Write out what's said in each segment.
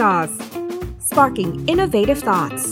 Jaws, sparking innovative thoughts.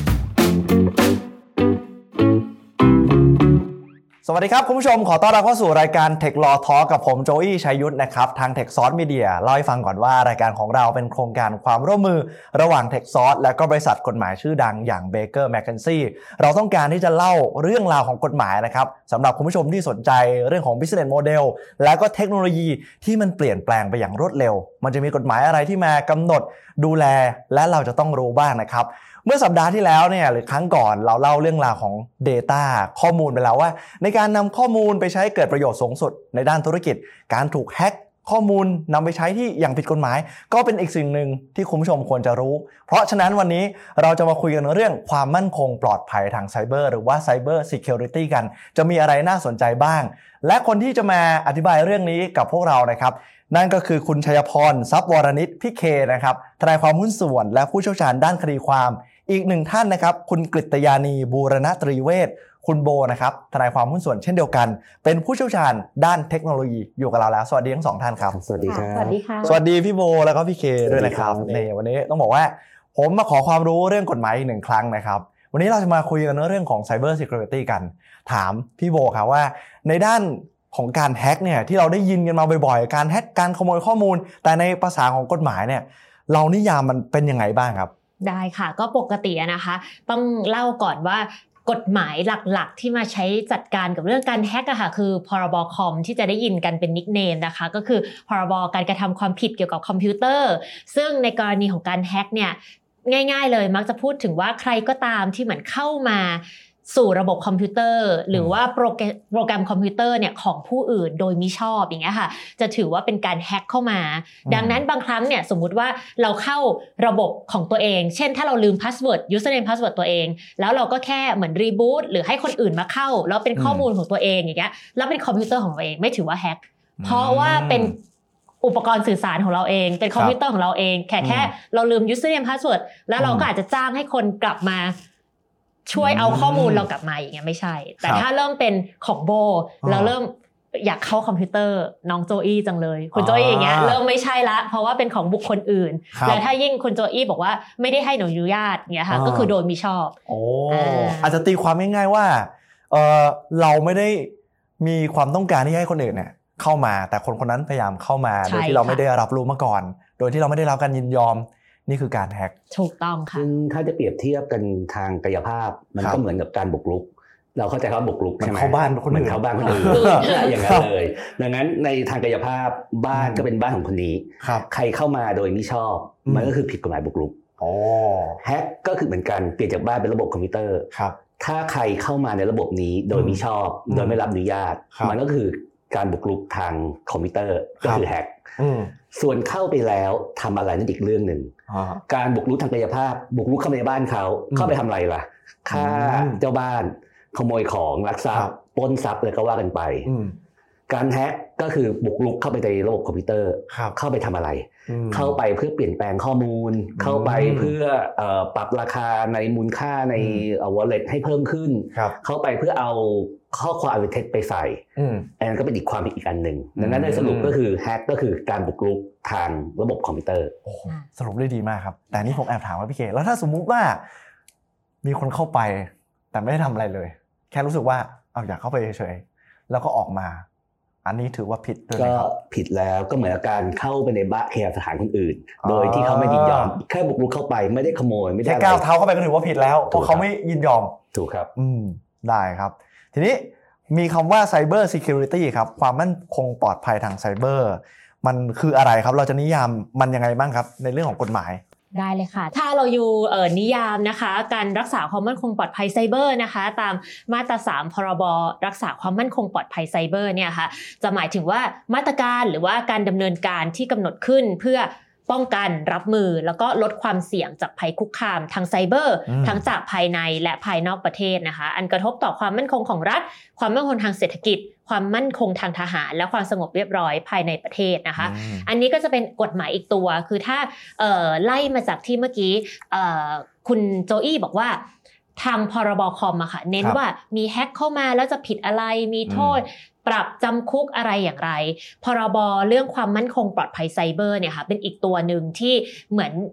สวัสดีครับคุณผู้ชมขอต้อนรับเข้าสู่รายการ Tech Law Talk กับผมโจอี้ชัยยุทธนะครับทาง Tech Sauce Media เล่าให้ฟังก่อนว่ารายการของเราเป็นโครงการความร่วมมือระหว่าง Tech Sauce และก็บริษัทกฎหมายชื่อดังอย่าง Baker McKenzie เราต้องการที่จะเล่าเรื่องราวของกฎหมายนะครับสำหรับคุณผู้ชมที่สนใจเรื่องของ Business Model และก็เทคโนโลยีที่มันเปลี่ยนแปลงไปอย่างรวดเร็วมันจะมีกฎหมายอะไรที่มากำหนดดูแลและเราจะต้องรู้บ้างนะครับเมื่อสัปดาห์ที่แล้วเนี่ยหรือครั้งก่อนเราเล่าเรื่องราวของ Data ข้อมูลไปแล้วว่าในการนำข้อมูลไปใช้เกิดประโยชน์สูงสุดในด้านธุรกิจการถูกแฮ็กข้อมูลนำไปใช้ที่อย่างผิดกฎหมายก็เป็นอีกสิ่งหนึ่งที่คุณผู้ชมควรจะรู้เพราะฉะนั้นวันนี้เราจะมาคุยกันเรื่องความมั่นคงปลอดภัยทางไซเบอร์หรือว่า Cyber Security กันจะมีอะไรน่าสนใจบ้างและคนที่จะมาอธิบายเรื่องนี้กับพวกเรานะครับนั่นก็คือคุณชัยพรทรัพย์วรนิชพี่เคนะครับทนายความหุ้นส่วนและผู้เชี่ยวชาญด้านคดีความอีกหนึ่งท่านนะครับคุณกฤตยานีบูรณตรีเวชคุณโบนะครับทนายความหุ้นส่วนเช่นเดียวกันเป็นผู้เชี่ยวชาญด้านเทคโนโลยีอยู่กับเราแล้วสวัสดีทั้งสองท่านครับสวัสดีครับสวัสดีค่ะสวัสดีพี่โบแล้วก็พี่เคด้วยนะครับนี่วันนี้ต้องบอกว่าผมมาขอความรู้เรื่องกฎหมายอีกหนึ่งครั้งนะครับวันนี้เราจะมาคุยกันเรื่องของ Cyber Security กันถามพี่โบครับว่าในด้านของการแฮ็กเนี่ยที่เราได้ยินกันมาบ่อยๆการแฮ็กการขโมยข้อมูลแต่ในภาษาของกฎหมายเนี่ยเรานิยามมันเป็นยังไงบ้างครับได้ค่ะก็ปกตินะคะต้องเล่าก่อนว่ากฎหมายหลักๆที่มาใช้จัดการกับเรื่องการแฮ็กอะค่ะคือพรบคอมที่จะได้ยินกันเป็นนิคเนมนะคะก็คือพรบการกระทำความผิดเกี่ยวกับคอมพิวเตอร์ซึ่งในกรณีของการแฮ็กเนี่ยง่ายๆเลยมักจะพูดถึงว่าใครก็ตามที่เหมือนเข้ามาสู่ระบบคอมพิวเตอร์หรือว่าโปรแกรมคอมพิวเตอร์เนี่ยของผู้อื่นโดยมิชอบอย่างเงี้ยค่ะจะถือว่าเป็นการแฮ็กเข้ามาดังนั้นบางครั้งเนี่ยสมมุติว่าเราเข้าระบบของตัวเองเช่นถ้าเราลืมพาสเวิร์ด username password ตัวเองแล้วเราก็แค่เหมือนรีบูตหรือให้คนอื่นมาเข้าแล้วเป็นข้อมูลของตัวเองอย่างเงี้ยแล้วเป็นคอมพิวเตอร์ของตัวเองไม่ถือว่าแฮ็กเพราะว่าเป็นอุปกรณ์สื่อสารของเราเองเป็นคอมพิวเตอร์ของเราเองแค่เราลืม username password แล้วเราก็อาจจะจ้างให้คนกลับมาช่วยเอาข้อมูลเรากลับมาอย่างเงี้ยไม่ใช่แต่ถ้าเริ่มเป็นของโบเราเริ่มอยากเข้าคอมพิวเตอร์น้องโจอี้จังเลยคุณโจอี้อย่างเงี้ยเริ่มไม่ใช่ละเพราะว่าเป็นของบุคคลอื่นแล้วถ้ายิ่งคุณโจอี้บอกว่าไม่ได้ให้หนูอนุญาตเงี้ยค่ะก็คือโดยมิชอบอาจจะตีความง่ายๆว่าเราไม่ได้มีความต้องการที่ให้คนอื่นเนี่ยเข้ามาแต่คนคนนั้นพยายามเข้ามาโดยที่เราไม่ได้รับรู้มาก่อนโดยที่เราไม่ได้รับการยินยอมนี่คือการแฮ็กถูกต้องค่ะซึ่งถ้าจะเปรียบเทียบกันทางกายภาพมันก็เหมือนกับการบุกรุกเราเข้าใจว่าบุกรุกใช่ไหมเข้าบ้านคนอื่นเข้าบ้านคนอื่นอย่างนั้นเลยดังนั้นในทางกายภาพบ้านก็เป็นบ้านของคนนี้ใครเข้ามาโดยมิชอบมันก็คือผิดกฎหมายบุกรุกแฮ็กก็คือเหมือนกันเปลี่ยนจากบ้านเป็นระบบคอมพิวเตอร์ถ้าใครเข้ามาในระบบนี้โดยมิชอบโดยไม่รับอนุญาตมันก็คือการบุกรุกทางคอมพิวเตอร์ก็คือแฮ็กส่วนเข้าไปแล้วทำอะไรนั่นอีกเรื่องหนึ่งการบุกรุกทางกายภาพบุกรุกเข้าไปในบ้านเขาเข้าไปทำอะไรล่ะฆ่าเจ้าบ้านขโมยของลักทรัพย์ปล้นทรัพย์เลยก็ว่ากันไปการแฮ็กก็คือบุกรุกเข้าไปในระบบคอมพิวเตอร์เข้าไปทำอะไรเข้าไปเพื่อเปลี่ยนแปลงข้อมูลเข้าไปเพื่อปรับราคาในมูลค่าในwallet ให้เพิ่มขึ้นเข้าไปเพื่อเอาข้อความเท็จไปใส่อันนั้นก็เป็นอีกความผิดอีกอันหนึ่งดังนั้นในสรุปก็คือแฮ็กก็คือการบุกรุกทางระบบคอมพิวเตอร์สรุปได้ดีมากครับแต่นี่ผมแอบถามว่าพี่เคแล้วถ้าสมมุติว่ามีคนเข้าไปแต่ไม่ได้ทำอะไรเลยแค่รู้สึกว่าอยากเข้าไปเฉยๆแล้วก็ออกมาอันนี้ถือว่าผิดด้วยไหมครับก็ผิดแล้วก็เหมือนการเข้าไปในบ้านเคหสถานคนอื่นโดยที่เขาไม่ยินยอมแค่บุกรุกเข้าไปไม่ได้ขโมยไม่ได้แค่ก้าวเท้าเข้าไปก็ถือว่าผิดแล้วเพราะเขาไม่ยินยอมถูกครับได้ครับทีนี้มีคำว่า Cyber Security ครับความมั่นคงปลอดภัยทางไซเบอร์มันคืออะไรครับเราจะนิยามมันยังไงบ้างครับในเรื่องของกฎหมายได้เลยค่ะถ้าเราอยู่นิยามนะคะการรักษาความมั่นคงปลอดภัยไซเบอร์นะคะตามมาตรา3พรบรักษาความมั่นคงปลอดภัยไซเบอร์เนี่ยค่ะจะหมายถึงว่ามาตรการหรือว่าการดำเนินการที่กำหนดขึ้นเพื่อป้องกันรับมือแล้วก็ลดความเสี่ยงจากภัยคุกคามทางไซเบอร์ทั้งจากภายในและภายนอกประเทศนะคะอันกระทบต่อความมั่นคงของรัฐความมั่นคงทางเศรษฐกิจความมั่นคงทางทหารและความสงบเรียบร้อยภายในประเทศนะคะอันนี้ก็จะเป็นกฎหมายอีกตัวคือถ้าไล่มาจากที่เมื่อกี้คุณโจอี้บอกว่าทางพรบคอมอะค่ะเน้นว่ามีแฮ็กเข้ามาแล้วจะผิดอะไรมีโทษปรับจำคุกอะไรอย่างไรพรบเรื่องความมั่นคงปลอดภัยไซเบอร์เนี่ยค่ะเป็นอีกตัวหนึ่งที่เหมือน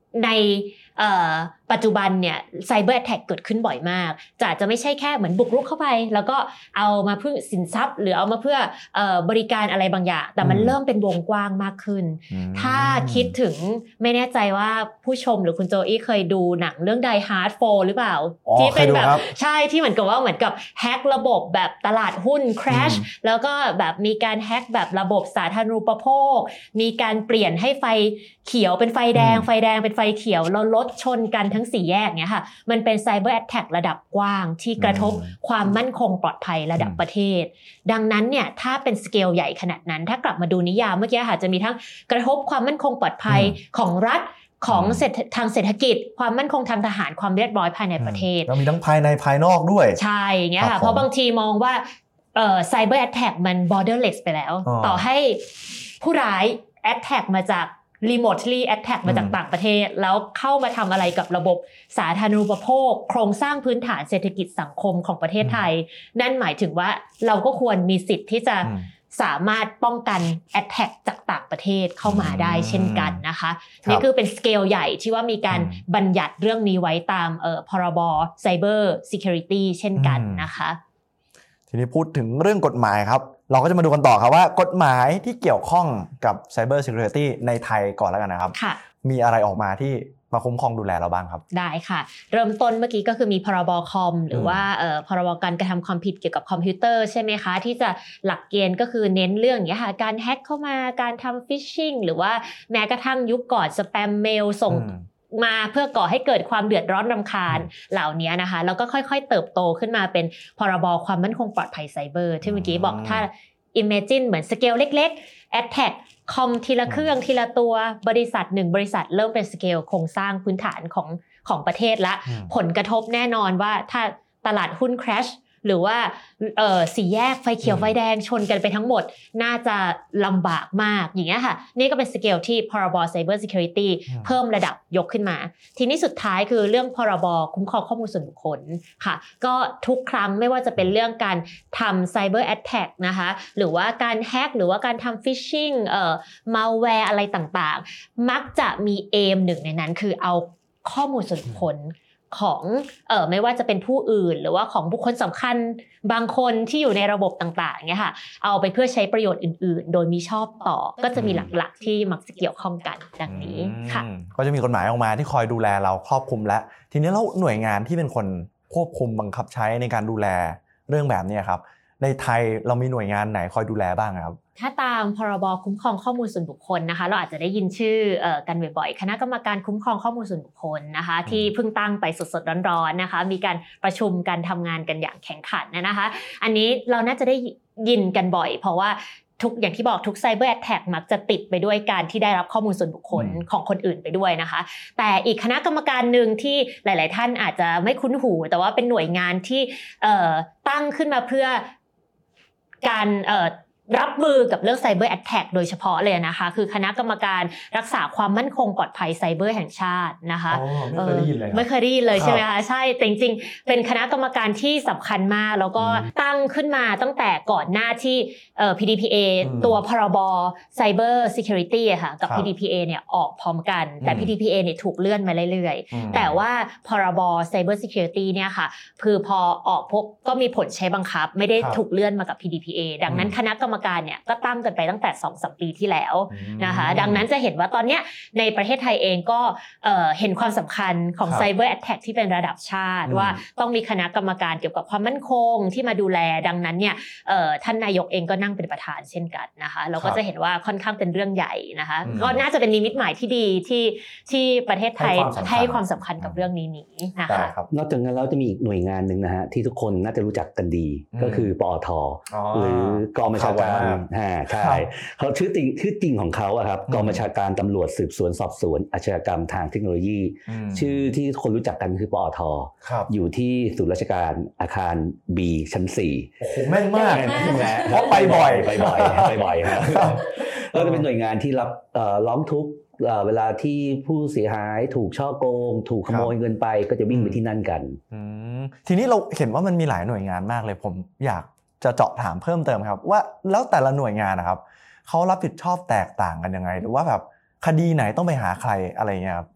ในปัจจุบันเนี่ยไซเบอร์แอทแทคเกิดขึ้นบ่อยมากจะไม่ใช่แค่เหมือนบุกรุกเข้าไปแล้วก็เอามาเพื่อสินทรัพย์หรือเอามาเพื่อบริการอะไรบางอย่างแต่มันเริ่มเป็นวงกว้างมากขึ้นถ้าคิดถึงไม่แน่ใจว่าผู้ชมหรือคุณโจอี้เคยดูหนังเรื่อง Die Hard 4หรือเปล่าที่เป็นแบบใช่ที่เหมือนกับแฮกระบบแบบตลาดหุ้น crash แล้วก็แบบมีการแฮกแบบระบบสาธารณูปโภคมีการเปลี่ยนให้ไฟเขียวเป็นไฟแดงไฟแดงเป็นไฟเขียวแล้วรถชนกันทั้ง4แยกเนี้ยค่ะมันเป็นไซเบอร์แอทแทคระดับกว้างที่กระทบความมั่นคงปลอดภัยระดับประเทศดังนั้นเนี่ยถ้าเป็นสเกลใหญ่ขนาดนั้นถ้ากลับมาดูนิยามเมื่อกี้ค่ะจะมีทั้งกระทบความมั่นคงปลอดภัยของรัฐของทางเศรษฐกิจความมั่นคงทางทหารความเรียบร้อยภายในประเทศแล้วมีทั้งภายในภายนอกด้วยใช่เงี้ยค่ะเพราะบางทีมองว่าไซเบอร์แอทแทคมัน borderless ไปแล้วต่อให้ผู้ร้ายแอทแทคมาจากremotely attack มาจากต่างประเทศแล้วเข้ามาทำอะไรกับระบบสาธารณูปโภคโครงสร้างพื้นฐานเศรษฐกิจสังคมของประเทศไทยนั่นหมายถึงว่าเราก็ควรมีสิทธิ์ที่จะสามารถป้องกัน attack จากต่างประเทศเข้ามาได้เช่นกันนะคะนี่คือเป็นสเกลใหญ่ที่ว่ามีการบัญญัติเรื่องนี้ไว้ตามพรบ Cyber Security เช่นกันนะคะทีนี้พูดถึงเรื่องกฎหมายครับเราก็จะมาดูกันต่อครับว่ากฎหมายที่เกี่ยวข้องกับ Cyber Security ในไทยก่อนแล้วกันนะครับมีอะไรออกมาที่มาคุ้มครองดูแลเราบ้างครับได้ค่ะเริ่มต้นเมื่อกี้ก็คือมีพรบคอมหรือว่าพรบการกระทำความผิดเกี่ยวกับคอมพิวเตอร์ใช่ไหมคะที่จะหลักเกณฑ์ก็คือเน้นเรื่องอย่างเงี้ยค่ะการแฮ็กเข้ามาการทำฟิชชิงหรือว่าแม้กระทั่งยุคก่อนสแปมเมลส่งมาเพื่อก่อให้เกิดความเดือดร้อนรำคาญเหล่านี้นะคะแล้วก็ค่อยๆเติบโตขึ้นมาเป็นพรบความมั่นคงปลอดภัยไซเบอร์ที่เมื่อกี้บอกถ้าImagine เหมือนสเกลเล็กๆ Attack คอมทีละเครื่องทีละตัวบริษัท1บริษัทเริ่มเป็นสเกลโครงสร้างพื้นฐานของประเทศละผลกระทบแน่นอนว่าถ้าตลาดหุ้น crash หรือว่าสี่แยกไฟเขียวไฟแดงชนกันไปทั้งหมดน่าจะลำบากมากอย่างเงี้ยค่ะนี่ก็เป็นสเกลที่พรบ Cyber Security เพิ่มระดับยกขึ้นมาทีนี้สุดท้ายคือเรื่องพรบคุ้มครองข้อมูลส่วนบุคคลค่ะก็ทุกครั้งไม่ว่าจะเป็นเรื่องการทำ Cyber Attack นะคะหรือว่าการแฮกหรือว่าการทำ Phishing malware อะไรต่างๆมักจะมีเอมหนึ่งในนั้นคือเอาข้อมูลส่วนบุคคลของไม่ว่าจะเป็นผู้อื่นหรือว่าของบุคคลสำคัญบางคนที่อยู่ในระบบต่างๆเนี่ยค่ะเอาไปเพื่อใช้ประโยชน์อื่นๆโดยมิชอบต่อก็จะมีหลักๆที่มักจะเกี่ยวข้องกันดังนี้ค่ะก็จะมีกฎหมายออกมาที่คอยดูแลเราครอบคลุมและทีนี้แล้วหน่วยงานที่เป็นคนควบคุมบังคับใช้ในการดูแลเรื่องแบบนี้ครับในไทยเรามีหน่วยงานไหนคอยดูแลบ้างครับถ้าตามพรบคุ้มครองข้อมูลส่วนบุคคลนะคะเราอาจจะได้ยินชื่อกันบ่อยๆคณะกรรมการคุ้มครองข้อมูลส่วนบุคคลนะคะที่เพิ่งตั้งไปสดๆร้อนๆนะคะมีการประชุมกันทำงานกันอย่างแข่งขันนะคะอันนี้เราน่าจะได้ยินกันบ่อยเพราะว่าทุกอย่างที่บอกทุกไซเบอร์แอทแทคมักจะติดไปด้วยการที่ได้รับข้อมูลส่วนบุคคลของคนอื่นไปด้วยนะคะแต่อีกคณะกรรมการนึงที่หลายๆท่านอาจจะไม่คุ้นหูแต่ว่าเป็นหน่วยงานที่ตั้งขึ้นมาเพื่อการรับมือกับเรื่องไซเบอร์แอทแทคโดยเฉพาะเลยนะคะคือคณะกรรมการรักษาความมั่นคงปลอดภัยไซเบอร์แห่งชาตินะคะไม่เคยได้ยินเลยไม่เคยได้ยินเลยใช่ไหมคะใช่แต่จริงๆเป็นคณะกรรมการที่สำคัญมากแล้วก็ตั้งขึ้นมาตั้งแต่ก่อนหน้าที่PDPA ตัวพรบ Cyber Security อะค่ะกับ PDPA เนี่ยออกพร้อมกันแต่ PDPA เนี่ยถูกเลื่อนมาเรื่อยๆแต่ว่าพรบ Cyber Security เนี่ยค่ะคือพอออกพวกก็มีผลใช้บังคับไม่ได้ถูกเลื่อนมากับ PDPA ดังนั้นคณะกรรมการเนี่ยก็ตั้งกันไปตั้งแต่ 2-3 ปีที่แล้วนะคะดังนั้นจะเห็นว่าตอนเนี้ยในประเทศไทยเองก็เห็นความสำคัญของ Cyber Attack ที่เป็นระดับชาติว่าต้องมีคณะกรรมการเกี่ยวกับความมั่นคงที่มาดูแลดังนั้นเนี่ยท่านนายกเองก็นั่งเป็นประธานเช่นกันนะคะเราก็จะเห็นว่าค่อนข้างเป็นเรื่องใหญ่นะคะก็น่าจะเป็นนิมิตหมายที่ดีที่ประเทศไทยให้ความสำคัญกับเรื่องนี้นะคะนอกจากนั้นแล้วจะมีอีกหน่วยงานนึงนะฮะที่ทุกคนน่าจะรู้จักกันดีก็คือปอท.หรือกองบัญชาการใช่เขาชื่อจริงของเขาอะครับกองบัญชาการตำรวจสืบสวนสอบสวนอาชญากรรมทางเทคโนโลยีชื่อที่คนรู้จักกันคือปอท.อยู่ที่ศูนย์ราชการอาคาร B ชั้น4 โอ้โหแม่นมากเพราะไปบ่อยครับก็จะเป็นหน่วยงานที่รับร้องทุกข์เวลาที่ผู้เสียหายถูกฉ้อโกงถูกขโมยเงินไปก็จะวิ่งไปที่นั่นกันทีนี้เราเห็นว่ามันมีหลายหน่วยงานมากเลยผมอยากจะเจาะถามเพิ่มเติมครับว่าแล้วแต่ละหน่วยงานนะครับเขารับผิดชอบแตกต่างกันยังไงหรือว่าแบบคดีไหนต้องไปหาใครอะไรเงี้ยครับ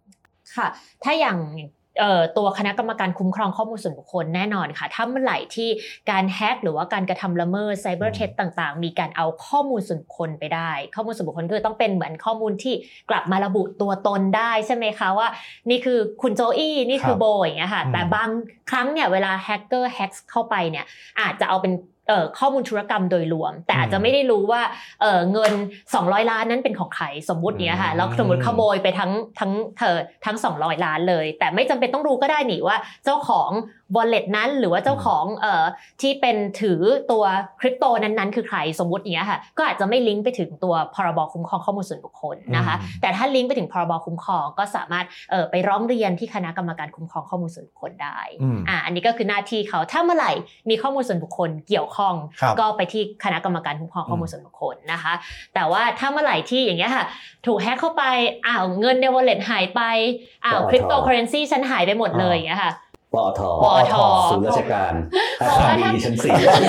ค่ะถ้าอย่างตัวคณะกรรมการคุ้มครองข้อมูลส่วนบุคคลแน่นอนค่ะถ้าเมื่อไหร่ที่การแฮกหรือว่าการกระทำละเมิดไซเบอร์เทรทต่างๆมีการเอาข้อมูลส่วนบุคคลไปได้ข้อมูลส่วนบุคคลคือต้องเป็นเหมือนข้อมูลที่กลับมาระบุตัวตนได้ใช่ไหมคะว่านี่คือคุณโจอี้นี่คือโบอย่างเงี้ยค่ะแต่บางครั้งเนี่ยเวลาแฮกเกอร์แฮกเข้าไปเนี่ยอาจจะเอาเป็นข้อมูลธุรกรรมโดยรวมแต่อาจจะไม่ได้รู้ว่าเงิน200ล้านนั้นเป็นของใครสมมุติเนี้ยค่ะแล้วสมมุติขโมยไปทั้ง200ล้านเลยแต่ไม่จำเป็นต้องรู้ก็ได้นี่ว่าเจ้าของ wallet นั้นหรือว่าเจ้าของที่เป็นถือตัวคริปโตนั้นๆคือใครสมมุติเนี้ยค่ะก็อาจจะไม่ลิงก์ไปถึงตัวพรบคุ้มครองข้อมูลส่วนบุคคลนะคะแต่ถ้าลิงก์ไปถึงพรบคุ้มครองก็สามารถไปร้องเรียนที่คณะกรรมการคุ้มครองข้อมูลส่วนบุคคลได้อันนี้ก็คือหน้าที่เขาถ้าเมื่อไหร่มีข้อมูลส่วนบุคคลเกี่ยวข้องก็ไปที่คณะกรรมการคุ้มครองข้อมูลส่วนบุคคลนะคะแต่ว่าถ้าเมื่อไหร่ที่อย่างเงี้ยค่ะถูกแฮกเข้าไปเงินใน wallet หายไปคริปโตเคอเรนซีฉันหายไปหมดเลยอย่างเงี้ยค่ะปอทศูนย์ราชการอาคารดีชั้น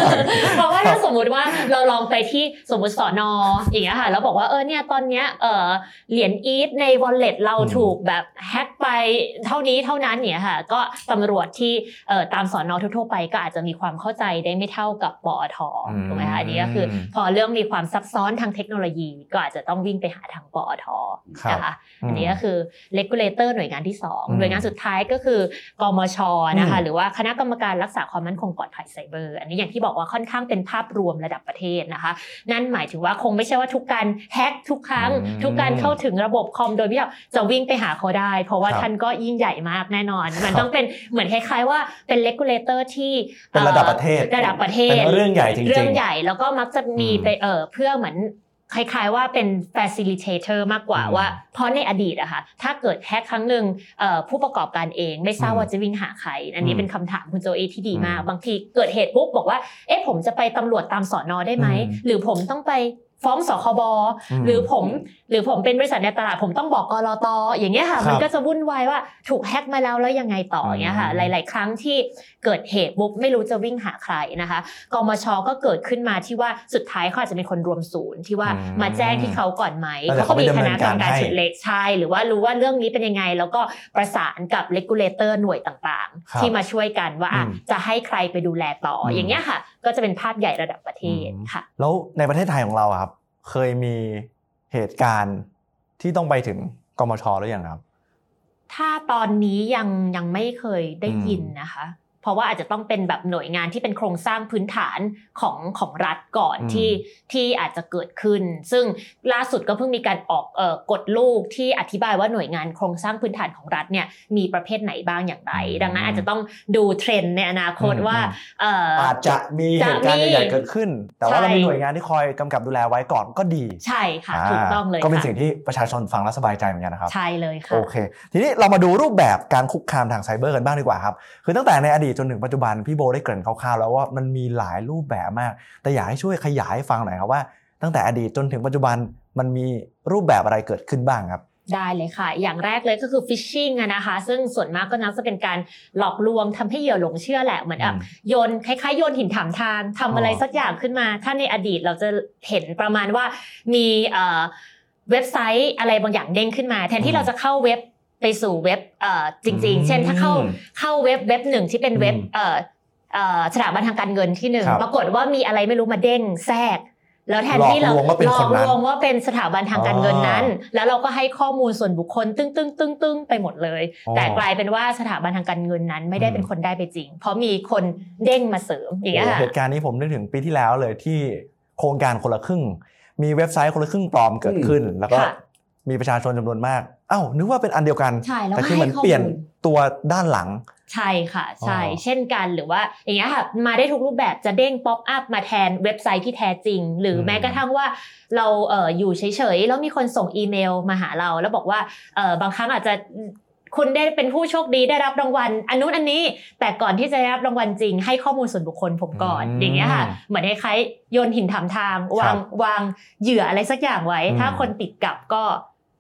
4 เพราะว่าถ้าสมมุติว่าเราลองไปที่สมมุติสน.อย่างเงี้ยค่ะแล้วบอกว่าเนี่ยตอนเนี้ยเหรียญอีทใน wallet เราถูกแบบแฮ็กไปเท่านี้เท่านั้นเนี่ยค่ะก็ตำรวจที่ตามสน.ทั่วๆไปก็อาจจะมีความเข้าใจได้ไม่เท่ากับปอท.ถูกมั้ยคะอันนี้ก็คือพอเรื่องมีความซับซ้อนทางเทคโนโลยีก็อาจจะต้องวิ่งไปหาทางปอท.นะคะอันนี้ก็คือ regulator หน่วยงานที่2หน่วยงานสุดท้ายก็คือกมช.นะคะหรือว่าคณะกรรมการรักษาความมั่นคงปลอดภัยไซเบอร์อันนี้อย่างที่บอกว่าค่อนข้างเป็นภาพรวมระดับประเทศนะคะนั่นหมายถึงว่าคงไม่ใช่ว่าทุกการแฮกทุกครั้งทุกการเข้าถึงระบบคอมโดยที่จะวิ่งไปหาเขาได้เพราะว่าท่านก็ยิ่งใหญ่มากแน่นอนมันต้องเป็นเหมือนคล้ายๆว่าเป็น regulator ที่เป็นระดับประเทศเป็นเรื่องใหญ่จริงๆเรื่องใหญ่แล้วก็มักจะมีไปเพื่อเหมือนคล้ายๆว่าเป็น facilitator มากกว่าว่าเพราะในอดีตอะค่ะถ้าเกิดแฮกครั้งนึงผู้ประกอบการเองไม่ทราบว่าจะวิ่งหาใครอันนี้เป็นคำถามคุณโจเอที่ดีมากบางทีเกิดเหตุปุ๊บบอกว่าผมจะไปตำรวจตามสน.ได้ไหมหรือผมต้องไปฟ้องสคบ.หรือผมเป็นบริษัทในตลาดผมต้องบอกกลต.อย่างเงี้ยค่ะมันก็จะวุ่นวายว่าถูกแฮกมาแล้วยังไงต่ออย่างเงี้ยค่ะหลายๆครั้งที่เกิดเหตุปุ๊บไม่รู้จะวิ่งหาใครนะคะกมช.ก็เกิดขึ้นมาที่ว่าสุดท้ายเขาอาจจะเป็นคนรวมศูนย์ที่ว่ามาแจ้งที่เขาก่อนไหมเขาก็มีคณะกรรมการชุดเล็กใช่หรือว่ารู้ว่าเรื่องนี้เป็นยังไงแล้วก็ประสานกับ regulator หน่วยต่างๆที่มาช่วยกันว่าจะให้ใครไปดูแลต่ออย่างเงี้ยค่ะก็จะเป็นภาพใหญ่ระดับประเทศค่ะแล้วในประเทศไทยของเราครับเคยมีเหตุการณ์ที่ต้องไปถึงกมช.หรือยังครับถ้าตอนนี้ยังไม่เคยได้ยินนะคะเพราะว่าอาจจะต้องเป็นแบบหน่วยงานที่เป็นโครงสร้างพื้นฐานของรัฐก่อนที่อาจจะเกิดขึ้นซึ่งล่าสุดก็เพิ่งมีการออกกฎลูกที่อธิบายว่าหน่วยงานโครงสร้างพื้นฐานของรัฐเนี่ยมีประเภทไหนบ้างอย่างไรดังนั้นอาจจะต้องดูเทรนด์ในอนาคตว่าอาจจะมีเหตุการณ์ใหญ่ๆเกิดขึ้นแต่ว่าเรามีหน่วยงานที่คอยกำกับดูแลไว้ก่อนก็ดีใช่ค่ะถูกต้องเลยก็เป็นสิ่งที่ประชาชนฟังแล้วสบายใจเหมือนกันนะครับใช่เลยค่ะโอเคทีนี้เรามาดูรูปแบบการคุกคามทางไซเบอร์กันบ้างดีกว่าครับคือตั้งแต่ในอดีตจนถึงปัจจุบันพี่โบได้เกริ่นคร่าวๆแล้วว่ามันมีหลายรูปแบบมากแต่อยากให้ช่วยขยายให้ฟังหน่อยครับว่าตั้งแต่อดีตจนถึงปัจจุบันมันมีรูปแบบอะไรเกิดขึ้นบ้างครับได้เลยค่ะอย่างแรกเลยก็คือ phishing นะคะซึ่งส่วนมากก็น่าจะเป็นการหลอกลวงทำให้เหยื่อหลงเชื่อแหละเหมือนโยนคล้ายๆโยนหินถามทางทำอะไรสักอย่างขึ้นมาถ้าในอดีตเราจะเห็นประมาณว่ามีเว็บไซต์อะไรบางอย่างเด้งขึ้นมาแทนที่เราจะเข้าเว็บไปสู่เว็บจริงๆเช่นถ้าเข้าเว็บหนึ่งที่เป็นเว็บสถาบันทางการเงินที่1ปรากฏว่ามีอะไรไม่รู้มาเด้งแทรกแล้วแทนที่เราลองลวงว่าเป็นสถาบันทางการเงินนั้นแล้วเราก็ให้ข้อมูลส่วนบุคคลตึ้งไปหมดเลยแต่กลายเป็นว่าสถาบันทางการเงินนั้นไม่ได้เป็นคนได้ไปจริงเพราะมีคนเด้งมาเสริมอย่างเงี้ยเหตุการณ์นี้ผมนึกถึงปีที่แล้วเลยที่โครงการคนละครึ่งมีเว็บไซต์คนละครึ่งปลอมเกิดขึ้นแล้วก็มีประชาชนจำนวนมากนึกว่าเป็นอันเดียวกันแต่คือมันเปลี่ยนตัวด้านหลังใช่ค่ะใช่เช่นกันหรือว่าอย่างเงี้ยค่ะมาได้ทุกรูปแบบจะเด้งป๊อปอัพมาแทนเว็บไซต์ที่แท้จริงหรือแม้กระทั่งว่าเราอยู่เฉยๆแล้วมีคนส่งอีเมลมาหาเราแล้วบอกว่าบางครั้งอาจจะคุณได้เป็นผู้โชคดีได้รับรางวัลอันนู้นอันนี้แต่ก่อนที่จะได้รับรางวัลจริงให้ข้อมูลส่วนบุคคลผมก่อนอย่างเงี้ยค่ะเหมือนคล้ายๆโยนหินถามทางวางเหยื่ออะไรสักอย่างไว้ถ้าคนติดกับก็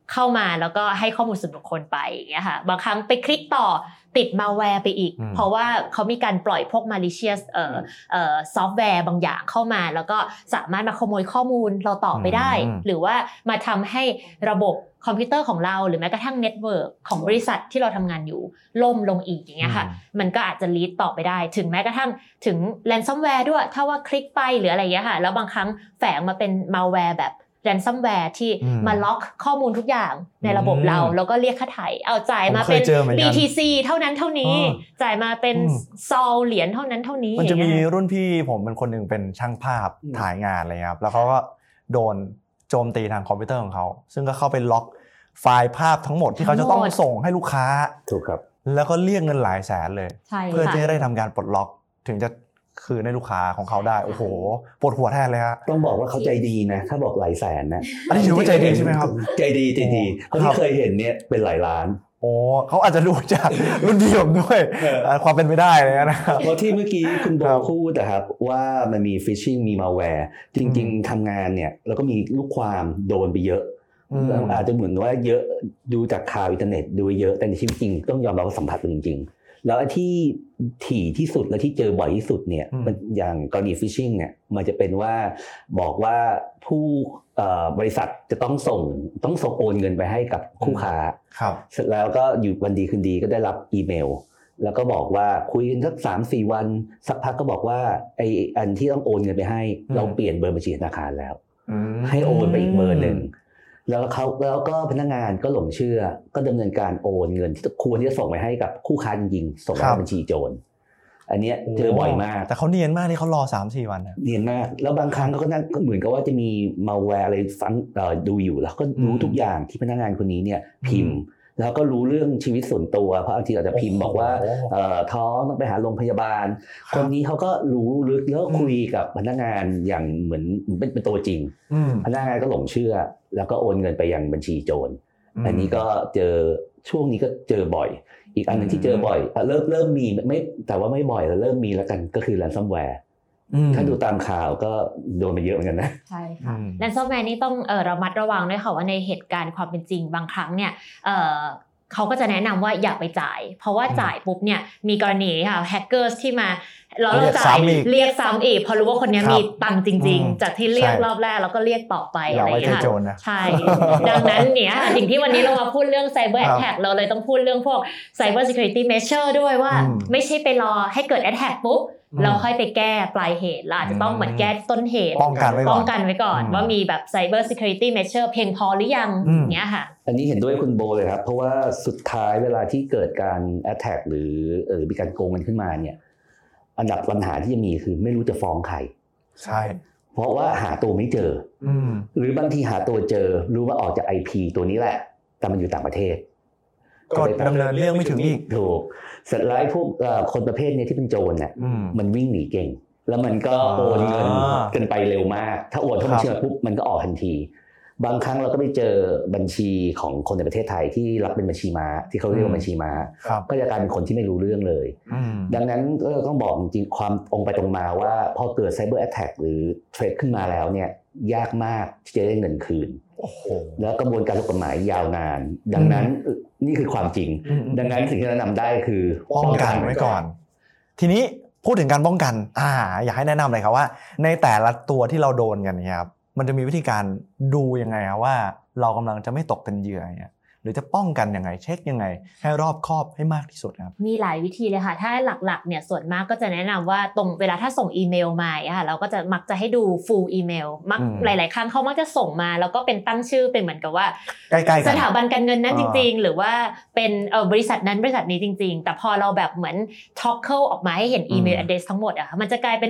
เข้ามาแล้วก็ให้ข้อมูลส่วนบุคคลไปอย่างเงี้ยค่ะบางครั้งไปคลิกต่อติดมาแวร์ไปอีกเพราะว่าเขามีการปล่อยพวก malicious ซอฟต์แวร์บางอย่างเข้ามาแล้วก็สามารถมาขโมยข้อมูลเราต่อไปได้หรือว่ามาทำให้ระบบคอมพิวเตอร์ของเราหรือแม้กระทั่งเน็ตเวิร์กของบริษัทที่เราทำงานอยู่ล่มลงอีกอย่างเงี้ยค่ะมันก็อาจจะลีดต่อไปได้ถึงแม้กระทั่งถึงแรนซัมแวร์ด้วยถ้าว่าคลิกไปหรืออะไรอย่างเงี้ยค่ะแล้วบางครั้งแฝงมาเป็นมัลแวร์แบบแรนซัมแวร์ที่มาล็อกข้อมูลทุกอย่างในระบบเราแล้วก็เรียกค่าไถ่เอาจ่ายมาเป็น BTC เท่านั้นเท่านี้จ่ายมาเป็นซอลเหรียญเท่านั้นเท่านี้มันจะมีรุ่นพี่ผมเป็นคนนึงเป็นช่างภาพถ่ายงานอะไรครับแล้วเขาก็โดนโจมตีทางคอมพิวเตอร์ของเขาซึ่งก็เข้าไปล็อกไฟล์ภาพทั้งหมดที่เขาจะต้องส่งให้ลูกค้าถูกครับแล้วก็เรียกเงินหลายแสนเลยเพื่อที่จะได้ทำการปลดล็อกถึงจะคืนให้ลูกค้าของเขาได้โอ้โหปวดหัวแทนเลยฮะต้องบอกว่าเขาใจดีนะถ้าบอกหลายแสนนะอันนี้ถือว่าใจดีใช่ไหมครับใจดีเพราะที่เคยเห็นเนี่ยเป็นหลายล้านโอ้เขาอาจจะดูจากรุ่นพี่ผมด้วยความเป็นไปได้เลยนะครับเพราะที่เมื่อกี้คุณโบพูดนะครับว่ามันมีฟิชชิ่งมีมัลแวร์จริงๆทำงานเนี่ยแล้วก็มีลูกความโดนไปเยอะอาจจะเหมือนว่าเยอะดูจากข่าวอินเทอร์เน็ตดูเยอะแต่ในชีวิตจริงต้องยอมรับว่าสัมผัสเป็นจริงๆแล้วที่ถี่ที่สุดและที่เจอบ่อยที่สุดเนี่ยมันอย่างกรณีฟิชชิ่งเนี่ยมันจะเป็นว่าบอกว่าผู้บริษัทจะต้องส่งโอนเงินไปให้กับคู่ค้าเสร็จแล้วก็อยู่วันดีคืนดีก็ได้รับอีเมลแล้วก็บอกว่าคุยกันสัก 3-4 วันสักพักก็บอกว่าไอ้อันที่ต้องโอนเงินไปให้เราเปลี่ยนเบอร์บัญชีธนาคารแล้วให้โอนไปอีกเบอร์นึงแล้วก็พนักงานก็หลงเชื่อก็ดำเนินการโอนเงินที่ควรที่จะส่งไปให้กับคู่ค้าจริงๆส่งไปบัญชีโจรอันนี้เจอบ่อยมากแต่เขาเนียนมากที่เขารอ 3-4 วันเนียนมากแล้วบางครั้งก็เหมือนกับว่าจะมีมัลแวร์อะไรฟังดูอยู่แล้วก็รู้ทุกอย่างที่พนักงานคนนี้เนี่ยพิมพ์แล้วก็รู้เรื่องชีวิตส่วนตัวเพราะบางทีอาจจะพิมพ์บอกว่าท้องต้องไปหาโรงพยาบาลคนนี้เขาก็รู้ลึกแล้วคุยกับพนักงานอย่างเหมือนเป็นตัวจริงพนักงานก็หลงเชื่อแล้วก็โอนเงินไปยังบัญชีโจรอันนี้ก็เจอช่วงนี้ก็เจอบ่อยอีกอันนึงที่เจอบ่อยเริ่มมีไม่แต่ว่าไม่บ่อยแล้วเริ่มมีแล้วกันก็คือแรนซัมแวร์ถ้าดูตามข่าวก็โดนมาเยอะเหมือนกันนะใช่ค่ะแรนซัมแวร์นี่ต้องระมัดระวังด้วยค่ะว่าในเหตุการณ์ความเป็นจริงบางครั้งเนี่ยเขาก็จะแนะนำว่าอย่าไปจ่ายเพราะว่าจ่ายปุ๊บเนี่ยมีกรณีค่ะแฮกเกอร์ที่มาเราจ่ายเรียกซ้ำอีกพอรู้ว่าคนนี้มีตังค์จริงๆจากที่เรียกรอบแรกแล้วก็เรียกต่อไปอะไรอย่างเงี้ยค่ะใช่ดังนั้นเนี่ยสิ่งที่วันนี้เรามาพูดเรื่อง Cyber Attack เราเลยต้องพูดเรื่องพวก Cyber Security Measure ด้วยว่าไม่ใช่ไปรอให้เกิด Attack ปุ๊บเราค่อยไปแก้ปลายเหตุเราอาจจะต้องเหมือนแก้ต้นเหตุป้องกันไว้ก่อนว่ามีแบบ Cyber Security Measure เพียงพอหรือยังเงี้ยค่ะอันนี้เห็นด้วยคุณโบเลยครับเพราะว่าสุดท้ายเวลาที่เกิดการ Attack หรือมีการโกงกันขึ้นมาเนี่ยอันดับปัญหาที่จะมีคือไม่รู้จะฟ้องใครใช่เพราะว่าหาตัวไม่เจอหรือบางทีหาตัวเจอรู้ว่าออกจาก IP ตัวนี้แหละแต่มันอยู่ต่างประเทศก็ดำเนินเรื่องไม่ถึงอีกถูกเสร็จแล้วพวกคนประเภทนี้ที่เป็นโจรเนี่ยมันวิ่งหนีเก่งแล้วมันก็โอนเงินกันไปเร็วมากถ้าโอนเข้าบัญชีปุ๊บมันก็ออกทันทีบางครั้งเราก็ไปเจอบัญชีของคนในประเทศไทยที่รับเป็นบัญชีม้าที่เขาเรียกว่าบัญชีม้าก็จะกลายเป็นคนที่ไม่รู้เรื่องเลยดังนั้นก็ต้องบอกจริงความตรงไปตรงมาว่าพอเกิด Cyber Attack หรือเทรดขึ้นมาแล้วเนี่ยยากมากที่จะได้เงินคืนแล้วกระบวนการกฎหมายยาวนานดังนั้นนี่คือความจริงดังนั้นสิ่งที่แนะนำได้คือป้องกันไว้ก่อนทีนี้พูดถึงการป้องกันอยากให้แนะนำเลยครับว่าในแต่ละตัวที่เราโดนกันเนี่ยครับมันจะมีวิธีการดูยังไงครับว่าเรากำลังจะไม่ตกเป็นเหยื่อเนี่ยหรือจะป้องกันยังไงเช็คยังไงให้รอบคอบให้มากที่สุดครับมีหลายวิธีเลยค่ะถ้าหลักๆเนี่ยส่วนมากก็จะแนะนำว่าตรงเวลาถ้าส่งอีเมลมาค่ะเราก็จะมักจะให้ดู full อีเมลมักหลายๆครั้งเขามักจะส่งมาแล้วก็เป็นตั้งชื่อเป็นเหมือนกับว่าใกล้ๆสถาบันการเงินนั้นจริงๆหรือว่าเป็นบริษัทนั้นบริษัทนี้จริงๆแต่พอเราแบบเหมือน toggle ออกมาให้เห็นอีเมล address ทั้งหมดอะมันจะกลายเป็น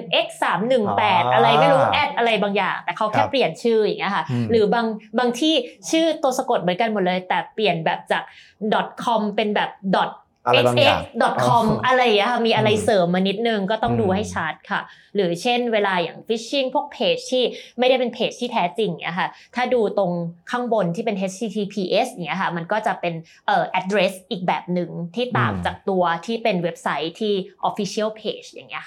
x318 อะไรไม่รู้แอดอะไรบางอย่างแต่เขาแค่เปลี่ยนชื่ออย่างเงี้ยค่ะหรือบางที่ชื่อตัวสะกดเหมือนกันหมดเลยแต่เปลี่ยนแบบจาก .com เป็นแบบ .xx.com อะไรอย่างเงี้ยค่ะมีอะไรเสริมมานิดนึงก็ต้องดูให้ชัดค่ะหรือเช่นเวลาอย่าง phishing พวกเพจที่ไม่ได้เป็นเพจที่แท้จริงเงี้ยค่ะถ้าดูตรงข้างบนที่เป็น https เงี้ยค่ะมันก็จะเป็นaddress อีกแบบนึงที่ต่างจากตัวที่เป็นเว็บไซต์ที่ official page อย่างเงี้ยค่ะ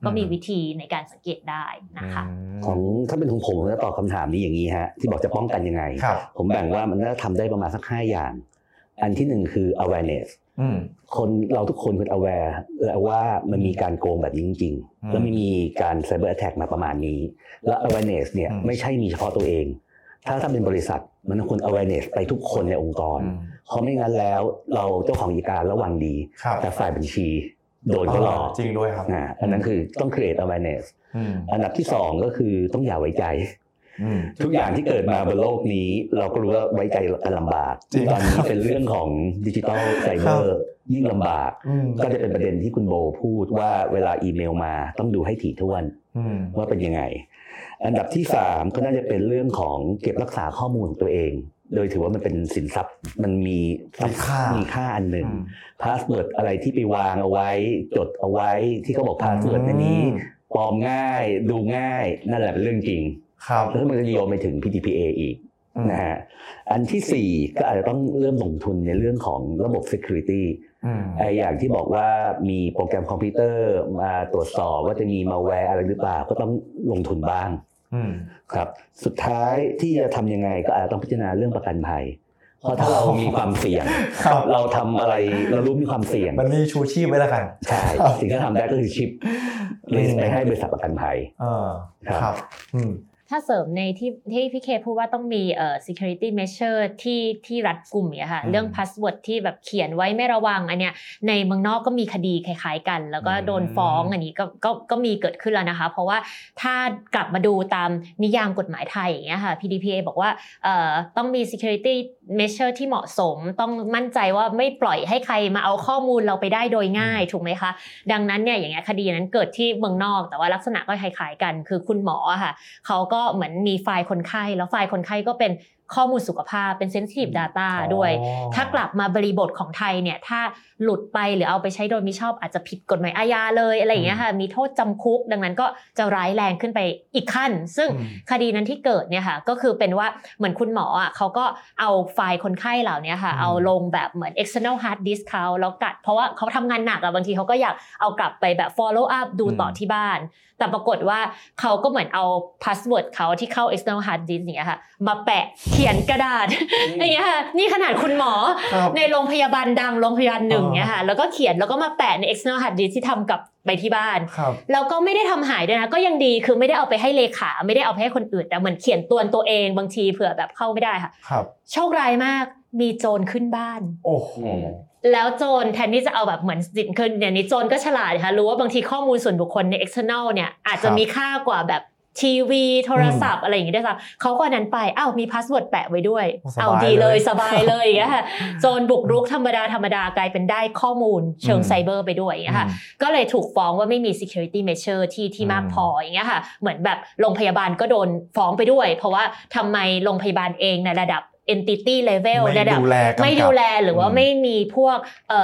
ก็มีวิธีในการสังเกตได้นะคะของถ้าเป็นของผมจะตอบคำถามนี้อย่างนี้ฮะที่บอกจะป้องกันยังไงผมแบ่งว่ามันน่าทำได้ประมาณสัก5อย่างอันที่1คือ awareness คนเราทุกคนควร aware ว่ามันมีการโกงแบบนี้จริงๆแล้วมีการ cyber attack มาประมาณนี้แล้ว awareness เนี่ยไม่ใช่มีเฉพาะตัวเองถ้าเป็นบริษัทมันควร awareness ไปทุกคนในองค์กรเพราะไม่งั้นแล้วเราเจ้าของกิจการระวังดีแต่ฝ่ายบัญชีโดนก็หลอกจริงด้วยครับอันนั้นคือต้อง create awareness อันดับที่2ก็คือต้องอย่าไว้ใจทุกอย่างที่เกิดมาบนโลกนี้เราก็รู้ว่าไว้ใจกันลำบากตอนนี้เป็นเรื่องของดิจิทัลไซเบอร์ยิ่งลำบากก็จะเป็นประเด็นที่คุณโบพูดว่าเวลาอีเมลมาต้องดูให้ถี่ถ้วนว่าเป็นยังไงอันดับที่3ก็น่าจะเป็นเรื่องของเก็บรักษาข้อมูลตัวเองโดยถือว่ามันเป็นสินทรัพย์มันมีค่าอันหนึ่งพาสเวิร์ดอะไรที่ไปวางเอาไว้จดเอาไว้ที่เขาบอกพาสเวิร์ดในนี้ปลอมง่ายดูง่ายนั่นแหละเป็นเรื่องจริงแล้วมันจะโยงไปถึง PDPA อีกนะฮะอันที่4ก็อาจจะต้องเริ่มลงทุนในเรื่องของระบบ security อย่างที่บอกว่ามีโปรแกรมคอมพิวเตอร์มาตรวจสอบว่าจะมีมาแวร์อะไรหรือเปล่าก็ต้องลงทุนบ้างครับสุดท้ายที่จะทำยังไงก็อาจจะต้องพิจารณาเรื่องประกันภัยเพราะถ้าเรามีความเสี่ยงเราทำอะไรเรารู้มีความเสี่ยงมันมีชูชีพไว้แล้วกันใช่สิ่งที่ทำได้ก็คือชิปเลยไปให้บริษัทประกันภัยครับถ้าเสริมในที่พี่เคพูดว่าต้องมีsecurity measure ที่รัดกุมเนี่ยค่ะเรื่อง password ที่แบบเขียนไว้ไม่ระวังอันเนี้ยในเมืองนอกก็มีคดีคล้ายๆกันแล้วก็โดนฟ้องอันนี้ก็มีเกิดขึ้นแล้วนะคะเพราะว่าถ้ากลับมาดูตามนิยามกฎหมายไทยอย่างเงี้ยค่ะ PDPA บอกว่าต้องมี security measure ที่เหมาะสมต้องมั่นใจว่าไม่ปล่อยให้ใครมาเอาข้อมูลเราไปได้โดยง่ายถูกไหมคะดังนั้นเนี่ยอย่างเงี้ยคดีนั้นเกิดที่เมืองนอกแต่ว่าลักษณะก็คล้ายๆกันคือคุณหมอค่ะเขาก็เหมือนมีไฟล์คนไข้แล้วไฟล์คนไข้ก็เป็นข้อมูลสุขภาพเป็น sensitive data ด้วยถ้ากลับมาบริบทของไทยเนี่ยถ้าหลุดไปหรือเอาไปใช้โดยมิชอบอาจจะผิดกฎหมายอาญาเลยอะไรอย่างเงี้ยค่ะมีโทษจำคุกดังนั้นก็จะร้ายแรงขึ้นไปอีกขั้นซึ่งคดีนั้นที่เกิดเนี่ยค่ะก็คือเป็นว่าเหมือนคุณหมออ่ะเขาก็เอาไฟล์คนไข้เหล่านี้ค่ะเอาลงแบบเหมือน external hard disk เขาแล้วกัดเพราะว่าเขาทำงานหนักอ่ะบางทีเขาก็อยากเอากลับไปแบบ follow up ดูต่อที่บ้านแต่ปรากฏว่าเขาก็เหมือนเอา password เขาที่เข้า external hard disk อย่างเงี้ยค่ะมาแปะเขียนกระดาษอย่างเงี้ยค่ะนี่ขนาดคุณหมอในโรงพยาบาลดังโรงพยาบาลหนึ่งเนี่ยค่ะแล้วก็เขียนแล้วก็มาแปะใน external hard disk ที่ทำกับไปที่บ้านแล้วก็ไม่ได้ทำหายด้วยนะก็ยังดีคือไม่ได้เอาไปให้เลขาไม่ได้เอาไปให้คนอื่นแต่เหมือนเขียนตัวเองบางทีเผื่อแบบเข้าไม่ได้ค่ะโชคร้ายมากมีโจรขึ้นบ้านโอ้โหแล้วโจรแทนที่จะเอาแบบเหมือนสินคืออย่างนี้โจรก็ฉลาดค่ะรู้ว่าบางทีข้อมูลส่วนบุคคลใน external เนี่ยอาจจะมีค่ากว่าแบบทีวีโทรศัพท์อะไรอย่างงี้ด้วยซ้ำเขาก็นั้นไปมีพาสเวิร์ดแปะไว้ด้วยดีเลยสบายเลยอย่างเงี้ยค่ะโจรบุกรุกธรรมดากลายเป็นได้ข้อมูลเชิงไซเบอร์ไปด้วยอย่างเงี้ยค่ะก็เลยถูกฟ้องว่าไม่มี security measure ที่มากพออย่างเงี้ยค่ะเหมือนแบบโรงพยาบาลก็โดนฟ้องไปด้วยเพราะว่าทำไมโรงพยาบาลเองในระดับentity level ระดับไม่ดูแลหรือว่าไม่มีพวก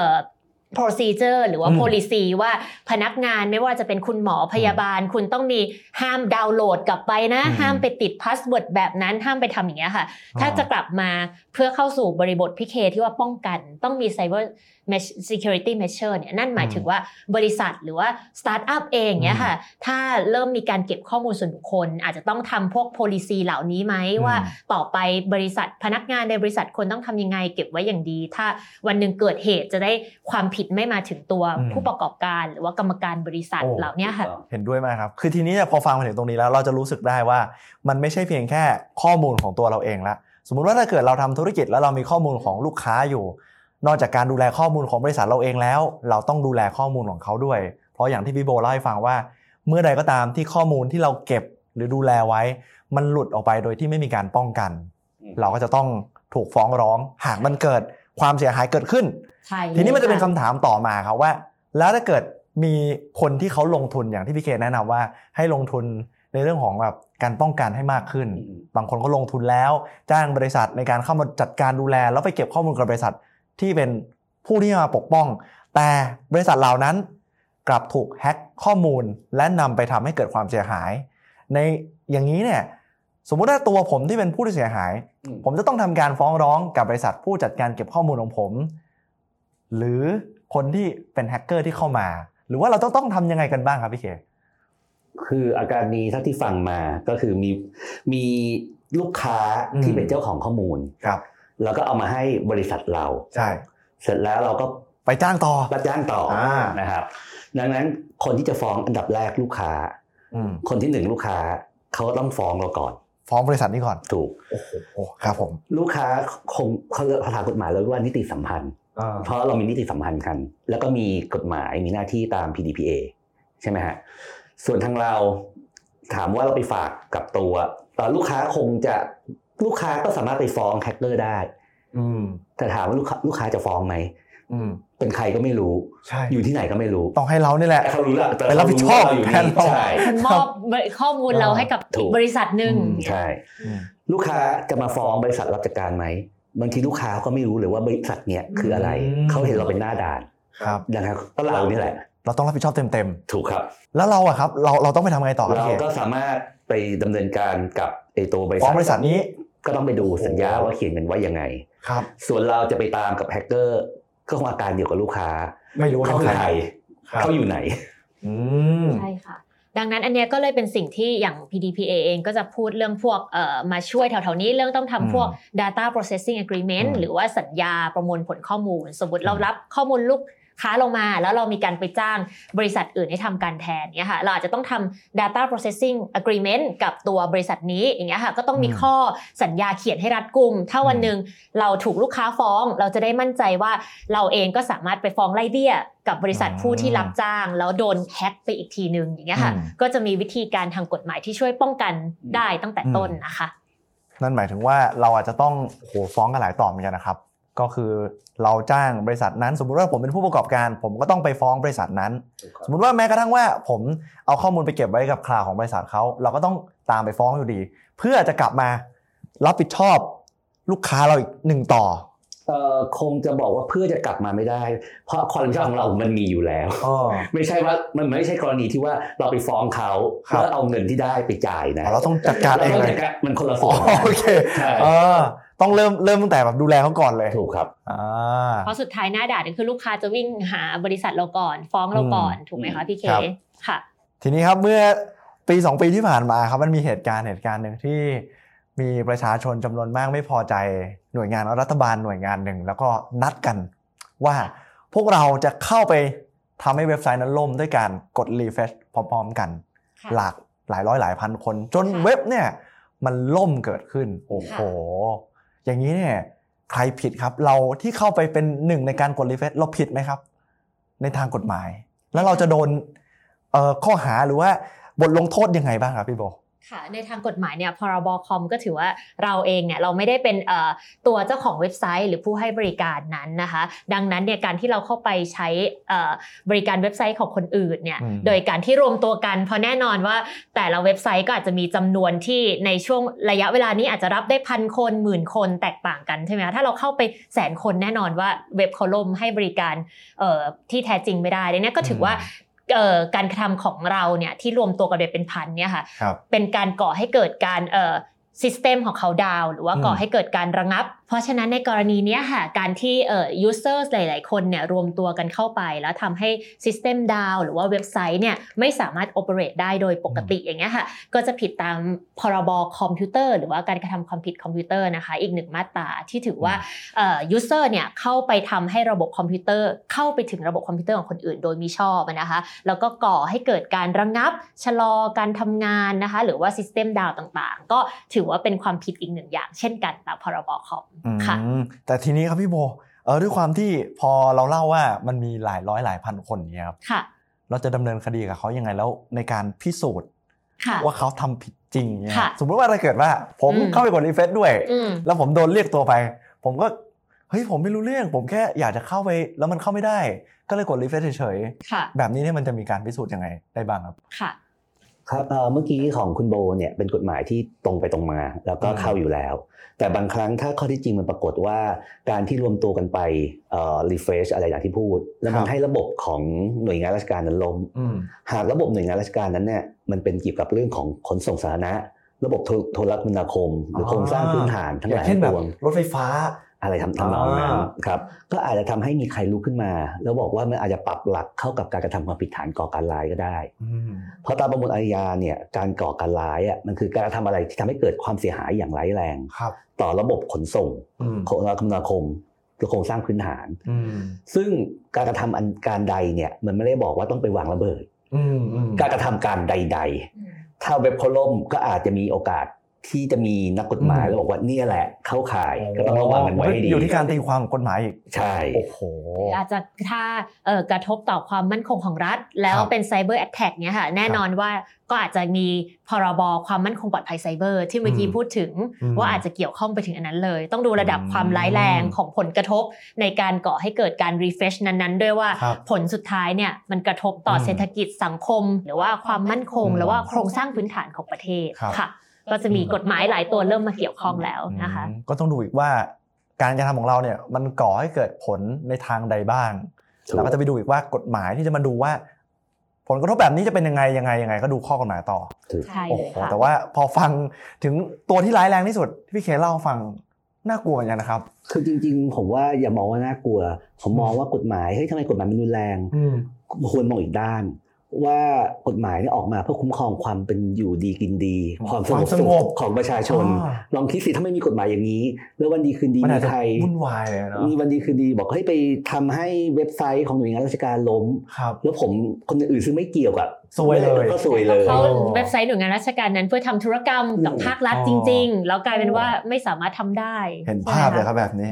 procedure หรือว่า policy ว่าพนักงานไม่ว่าจะเป็นคุณหมอพยาบาลคุณต้องมีห้ามดาวน์โหลดกลับไปนะห้ามไปติดพาสเวิร์ดแบบนั้นห้ามไปทำอย่างเงี้ยค่ะถ้าจะกลับมาเพื่อเข้าสู่บริบทพี่เคที่ว่าป้องกันต้องมี cyber security measure เนี่ยนั่นหมายถึงว่าบริษัทหรือว่าสตาร์ทอัพเองเนี่ยค่ะถ้าเริ่มมีการเก็บข้อมูลส่วนบุคคลอาจจะต้องทำพวก policy เหล่านี้ไหมว่าต่อไปบริษัทพนักงานในบริษัทควรต้องทำยังไงเก็บไว้อย่างดีถ้าวันหนึ่งเกิดเหตุจะได้ความผิดไม่มาถึงตัวผู้ประกอบการหรือว่ากรรมการบริษัทเหล่านี้ค่ะเห็นด้วยมากครับคือทีนี้พอฟังมาถึงตรงนี้แล้วเราจะรู้สึกได้ว่ามันไม่ใช่เพียงแค่ข้อมูลของตัวเราเองละสมมุติว่าถ้าเกิดเราทำธุรกิจแล้วเรามีข้อมูลของลูกค้าอยู่นอกจากการดูแลข้อมูลของบริษัทเราเองแล้วเราต้องดูแลข้อมูลของเขาด้วยเพราะอย่างที่พี่โบเล่าให้ฟังว่าเมื่อใดก็ตามที่ข้อมูลที่เราเก็บหรือดูแลไว้มันหลุดออกไปโดยที่ไม่มีการป้องกันเราก็จะต้องถูกฟ้องร้องหากมันเกิดความเสียหายเกิดขึ้นทีนี้มันจะเป็นคำถามต่อมาครับว่าแล้วถ้าเกิดมีคนที่เขาลงทุนอย่างที่พี่เคแนะนำว่าให้ลงทุนในเรื่องของแบบการป้องกันให้มากขึ้นบางคนก็ลงทุนแล้วจ้างบริษัทในการเข้ามาจัดการดูแลแล้วไปเก็บข้อมูลกับบริษัทที่เป็นผู้ที่มาปกป้องแต่บริษัทเหล่านั้นกลับถูกแฮ็กข้อมูลและนำไปทำให้เกิดความเสียหายในอย่างนี้เนี่ยสมมุติว่าตัวผมที่เป็นผู้ที่เสียหายผมจะต้องทำการฟ้องร้องกับบริษัทผู้จัดการเก็บข้อมูลของผมหรือคนที่เป็นแฮกเกอร์ที่เข้ามาหรือว่าเราต้องทำยังไงกันบ้างครับพี่เคคืออาการนี้ถ้าที่ฟังมาก็คือมีลูกค้าที่เป็นเจ้าของข้อมูลครับแล้วก็เอามาให้บริษัทเราใช่เสร็จแล้วเราก็ไปจ้างต่อนะครับดังนั้นคนที่จะฟ้องอันดับแรกลูกค้าคนที่1ลูกค้าเขาก็ต้องฟ้องเราก่อนฟ้องบริษัทนี้ก่อนถูกโอ้โหครับผมลูกค้าคงเขาถามกฎหมายเลยว่านิติสัมพันธ์เพราะเรามีนิติสัมพันธ์กันแล้วก็มีกฎหมายมีหน้าที่ตาม PDPA ใช่ไหมฮะส่วนทางเราถามว่าเราไปฝากกับตัวลูกค้าก็สามารถไปฟ้องแฮกเกอร์ได้แต่ถามว่าลูกค้าจะฟ้องไหมเป็นใครก็ไม่รู้อยู่ที่ไหนก็ไม่รู้ต้องให้เรานี่แหละเขารู้ละไปรับผิดชอบแทนเรามอบข้อมูลเราให้กับบริษัทนึงใช่ลูกค้าจะมาฟ้องบริษัทรับจัดการไหมบางทีลูกค้าก็ไม่รู้เลยว่าบริษัทเนี้ยคืออะไรเขาเห็นเราเป็นหน้าด่านครับดังนั้นก็เรานี่แหละเราต้องรับผิดชอบเต็มๆถูกครับแล้วเราอะครับเราต้องไปทำไงต่อเราก็สามารถไปดำเนินการกับตัวบริษัทนี้ก็ต้องไปดูสัญญาว่าเขียนกันว่ายังไงครับส่วนเราจะไปตามกับแฮกเกอร์ก็คงอาการเดียวกับลูกค้าไม่รู้เขาคือใครเขาอยู่ไหนใช่ค่ะดังนั้นอันเนี้ยก็เลยเป็นสิ่งที่อย่าง PDPA เองก็จะพูดเรื่องพวกมาช่วยแถวๆนี้เรื่องต้องทำพวก data processing agreement หรือว่าสัญญาประมวลผลข้อมูลสมมติเรารับข้อมูลลูกค้าลงมาแล้วเรามีการไปจ้างบริษัทอื่นให้ทำการแทนเนี่ยค่ะเราอาจจะต้องทำ data processing agreement กับตัวบริษัทนี้อย่างเงี้ยค่ะก็ต้องมีข้อสัญญาเขียนให้รัดกุมถ้าวันนึงเราถูกลูกค้าฟ้องเราจะได้มั่นใจว่าเราเองก็สามารถไปฟ้องไล่เบี้ยกับบริษัทผู้ที่รับจ้างแล้วโดนแฮ็กไปอีกทีนึงอย่างเงี้ยค่ะก็จะมีวิธีการทางกฎหมายที่ช่วยป้องกันได้ตั้งแต่ต้นนะคะนั่นหมายถึงว่าเราอาจจะต้องฟ้องกันหลายต่อเหมือนกันนะครับก็คือเราจ้างบริษัทนั้นสมมุติว่าผมเป็นผู้ประกอบการผมก็ต้องไปฟ้องบริษัทนั้นสมมุติว่าแม้กระทั่งว่าผมเอาข้อมูลไปเก็บไว้กับคลาวด์ของบริษัทเขาเราก็ต้องตามไปฟ้องอยู่ดีเพื่อจะกลับมารับผิดชอบลูกค้าเราอีก1ต่อคงจะบอกว่าเพื่อจะกลับมาไม่ได้เพราะความรับผิดชอบของเรามันมีอยู่แล้วไม่ใช่ว่ามันไม่ใช่กรณีที่ว่าเราไปฟ้องเขาแล้วเอาเงินที่ได้ไปจ่ายนะเราต้องจัดการเองเลยมันคนละส่วนโอเคต้องเริ่มตั้งแต่แบบดูแลเขาก่อนเลยถูกครับเพราะสุดท้ายหน้าด่านคือลูกค้าจะวิ่งหาบริษัทเราก่อนฟ้องเราก่อนถูกไหมคะพี่เคค่ะทีนี้ครับเมื่อปี2ปีที่ผ่านมาครับมันมีเหตุการณ์หนึ่งที่มีประชาชนจำนวนมากไม่พอใจหน่วยงานรัฐบาลหน่วยงานหนึ่งแล้วก็นัดกันว่าพวกเราจะเข้าไปทำให้เว็บไซต์นั้นล่มด้วยการกดรีเฟรชพร้อมๆกันหลายร้อยหลายพันคนจนเว็บเนี่ยมันล่มเกิดขึ้นโอ้โหอย่างนี้เนี่ยใครผิดครับเราที่เข้าไปเป็นหนึ่งในการกดรีเฟรชเราผิดไหมครับในทางกฎหมายแล้วเราจะโดนข้อหาหรือว่าบทลงโทษยังไงบ้างครับพี่โบค่ะในทางกฎหมายเนี่ยพรบคอมก็ถือว่าเราเองเนี่ยเราไม่ได้เป็นตัวเจ้าของเว็บไซต์หรือผู้ให้บริการนั้นนะคะดังนั้นเนี่ยการที่เราเข้าไปใช้บริการเว็บไซต์ของคนอื่นเนี่ยโดยการที่รวมตัวกันเพราะแน่นอนว่าแต่ละเว็บไซต์ก็อาจจะมีจำนวนที่ในช่วงระยะเวลานี้อาจจะรับได้1,000 คน10,000 คนแตกต่างกันใช่ไหมคะถ้าเราเข้าไป100,000 คนแน่นอนว่าเว็บเขาล่มให้บริการที่แท้จริงไม่ได้ดังนั้นก็ถือว่าการกระทำของเราเนี่ยที่รวมตัวกันโดยเป็นพันเนี่ยค่ะเป็นการก่อให้เกิดการซิสเต็มของเขาดาวหรือว่าก่อให้เกิดการระงับเพราะฉะนั้นในกรณีนี้ค่ะการที่users หลายๆคนเนี่ยรวมตัวกันเข้าไปแล้วทำให้ซิสเต็มดาวหรือว่าเว็บไซต์เนี่ยไม่สามารถ operate ได้โดยปกติอย่างเงี้ยค่ะก็จะผิดตามพรบคอมพิวเตอร์หรือว่าการกระทำความผิดคอมพิวเตอร์นะคะอีก1มาตราที่ถือว่าuser เนี่ยเข้าไปทำให้ระบบคอมพิวเตอร์เข้าไปถึงระบบคอมพิวเตอร์ของคนอื่นโดยมิชอบนะคะแล้วก็ก่อให้เกิดการระงับชะลอการทำงานนะคะหรือว่าซิสเต็มดาวต่างๆก็ถือว่าเป็นความผิดอีก1อย่างเช่นกันตามพรบคอมค่ะแต่ทีนี้ครับพี่โบด้วยความที่พอเราเล่าว่ามันมีหลายร้อยหลายพันคนเนี่ยครับเราจะดำเนินคดีกับเขายังไงแล้วในการพิสูจน์ว่าเขาทำผิดจริงเนี่ยสมมติว่าถ้าเกิดว่าผมเข้าไปกดรีเฟรชด้วยแล้วผมโดนเรียกตัวไปผมก็เฮ้ยผมไม่รู้เรื่องผมแค่อยากจะเข้าไปแล้วมันเข้าไม่ได้ก็เลยกดรีเฟรชเฉยๆแบบนี้เนี่ยมันจะมีการพิสูจน์ยังไงได้บ้างครับครับเมื่อกี้ของคุณโบเนี่ยเป็นกฎหมายที่ตรงไปตรงมาแล้วก็เข้าอยู่แล้วแต่บางครั้งถ้าข้อที่จริงมันปรากฏว่าการที่รวมตัวกันไปrefresh อะไรอย่างที่พูดแล้วมันให้ระบบของหน่วยงานราชการนั้นล้มหากระบบหน่วยงานราชการนั้นเนี่ยมันเป็นเกี่ยวกับเรื่องของขนส่งสาธารณะระบบโทรคมนาคมหรือโครงสร้างพื้นฐานทั้งหลายทั้งปวงรถไฟฟ้าอะไรทำนองนั้นครับก็อาจจะทำให้มีใครลุกขึ้นมาแล้วบอกว่ามันอาจจะปรับหลักเข้ากับการกระทำความผิดฐานก่อการร้ายก็ได้เพราะตามประมวลอาญาเนี่ยการก่อการร้ายมันคือการกระทำอะไรที่ทำให้เกิดความเสียหายอย่างร้ายแรงต่อระบบขนส่งคมนาคมหรือโครงสร้างพื้นฐานซึ่งการกระทำการใดเนี่ยมันไม่ได้บอกว่าต้องไปวางระเบิดการกระทำการใดๆถ้าเว็บเขาล่มก็อาจจะมีโอกาสที่จะมีนักกฎหมายแล้วบอกว่านี่แหละเข้าข่ายก็ต้องระวังกันไว้ให้ดีอยู่ที่การตีความกฎหมายอีกใช่โอ้โหอาจจะถ้ากระทบต่อความมั่นคงของรัฐแล้วเป็นไซเบอร์แอทแทกเนี่ยค่ะแน่นอนว่าก็อาจจะมีพรบความมั่นคงปลอดภัยไซเบอร์ที่เมื่อกี้พูดถึงว่าอาจจะเกี่ยวข้องไปถึงอันนั้นเลยต้องดูระดับความร้ายแรงของผลกระทบในการก่อให้เกิดการรีเฟรชนั้นๆด้วยว่าผลสุดท้ายเนี่ยมันกระทบต่อเศรษฐกิจสังคมหรือว่าความมั่นคงหรือว่าโครงสร้างพื้นฐานของประเทศค่ะก็จะมีกฎหมายหลายตัวเริ่มมาเกี่ยวข้องแล้วนะคะก็ต้องดูอีกว่าการกระทำของเราเนี่ยมันก่อให้เกิดผลในทางใดบ้างแล้วก็จะไปดูอีกว่ากฎหมายที่จะมาดูว่าผลกระทบแบบนี้จะเป็นยังไงก็ดูข้อกฎหมายต่อใช่เลยค่ะแต่ว่าพอฟังถึงตัวที่ร้ายแรงที่สุดที่พี่เคเล่าฟังน่ากลัวเหมือนกันนะครับคือจริงๆผมว่าอย่ามองว่าน่ากลัวผมมองว่ากฎหมายเฮ้ยทำไมกฎหมายมันรุนแรงควรมองอีกด้านว่ากฎหมายเนี่ยออกมาเพื่อคุ้มครองความเป็นอยู่ดีกินดีความสงบสุขของประชาชนลองคิดสิถ้าไม่มีกฎหมายอย่างนี้แล้ววันดีคืนดีมีใครวุ่นวายเลยเนาะมีวันดีคืนดีบอกให้ไปทำให้เว็บไซต์ของหน่วยงานราชการล้มแล้วผมคนอื่นซึ่งไม่เกี่ยวกับซวยเลยก็ซวยเลยเขาเว็บไซต์หน่วยงานราชการนั้นเพื่อทำธุรกรรมกับภาครัฐจริงๆแล้วกลายเป็นว่าไม่สามารถทำได้เห็นภาพเลยครับแบบนี้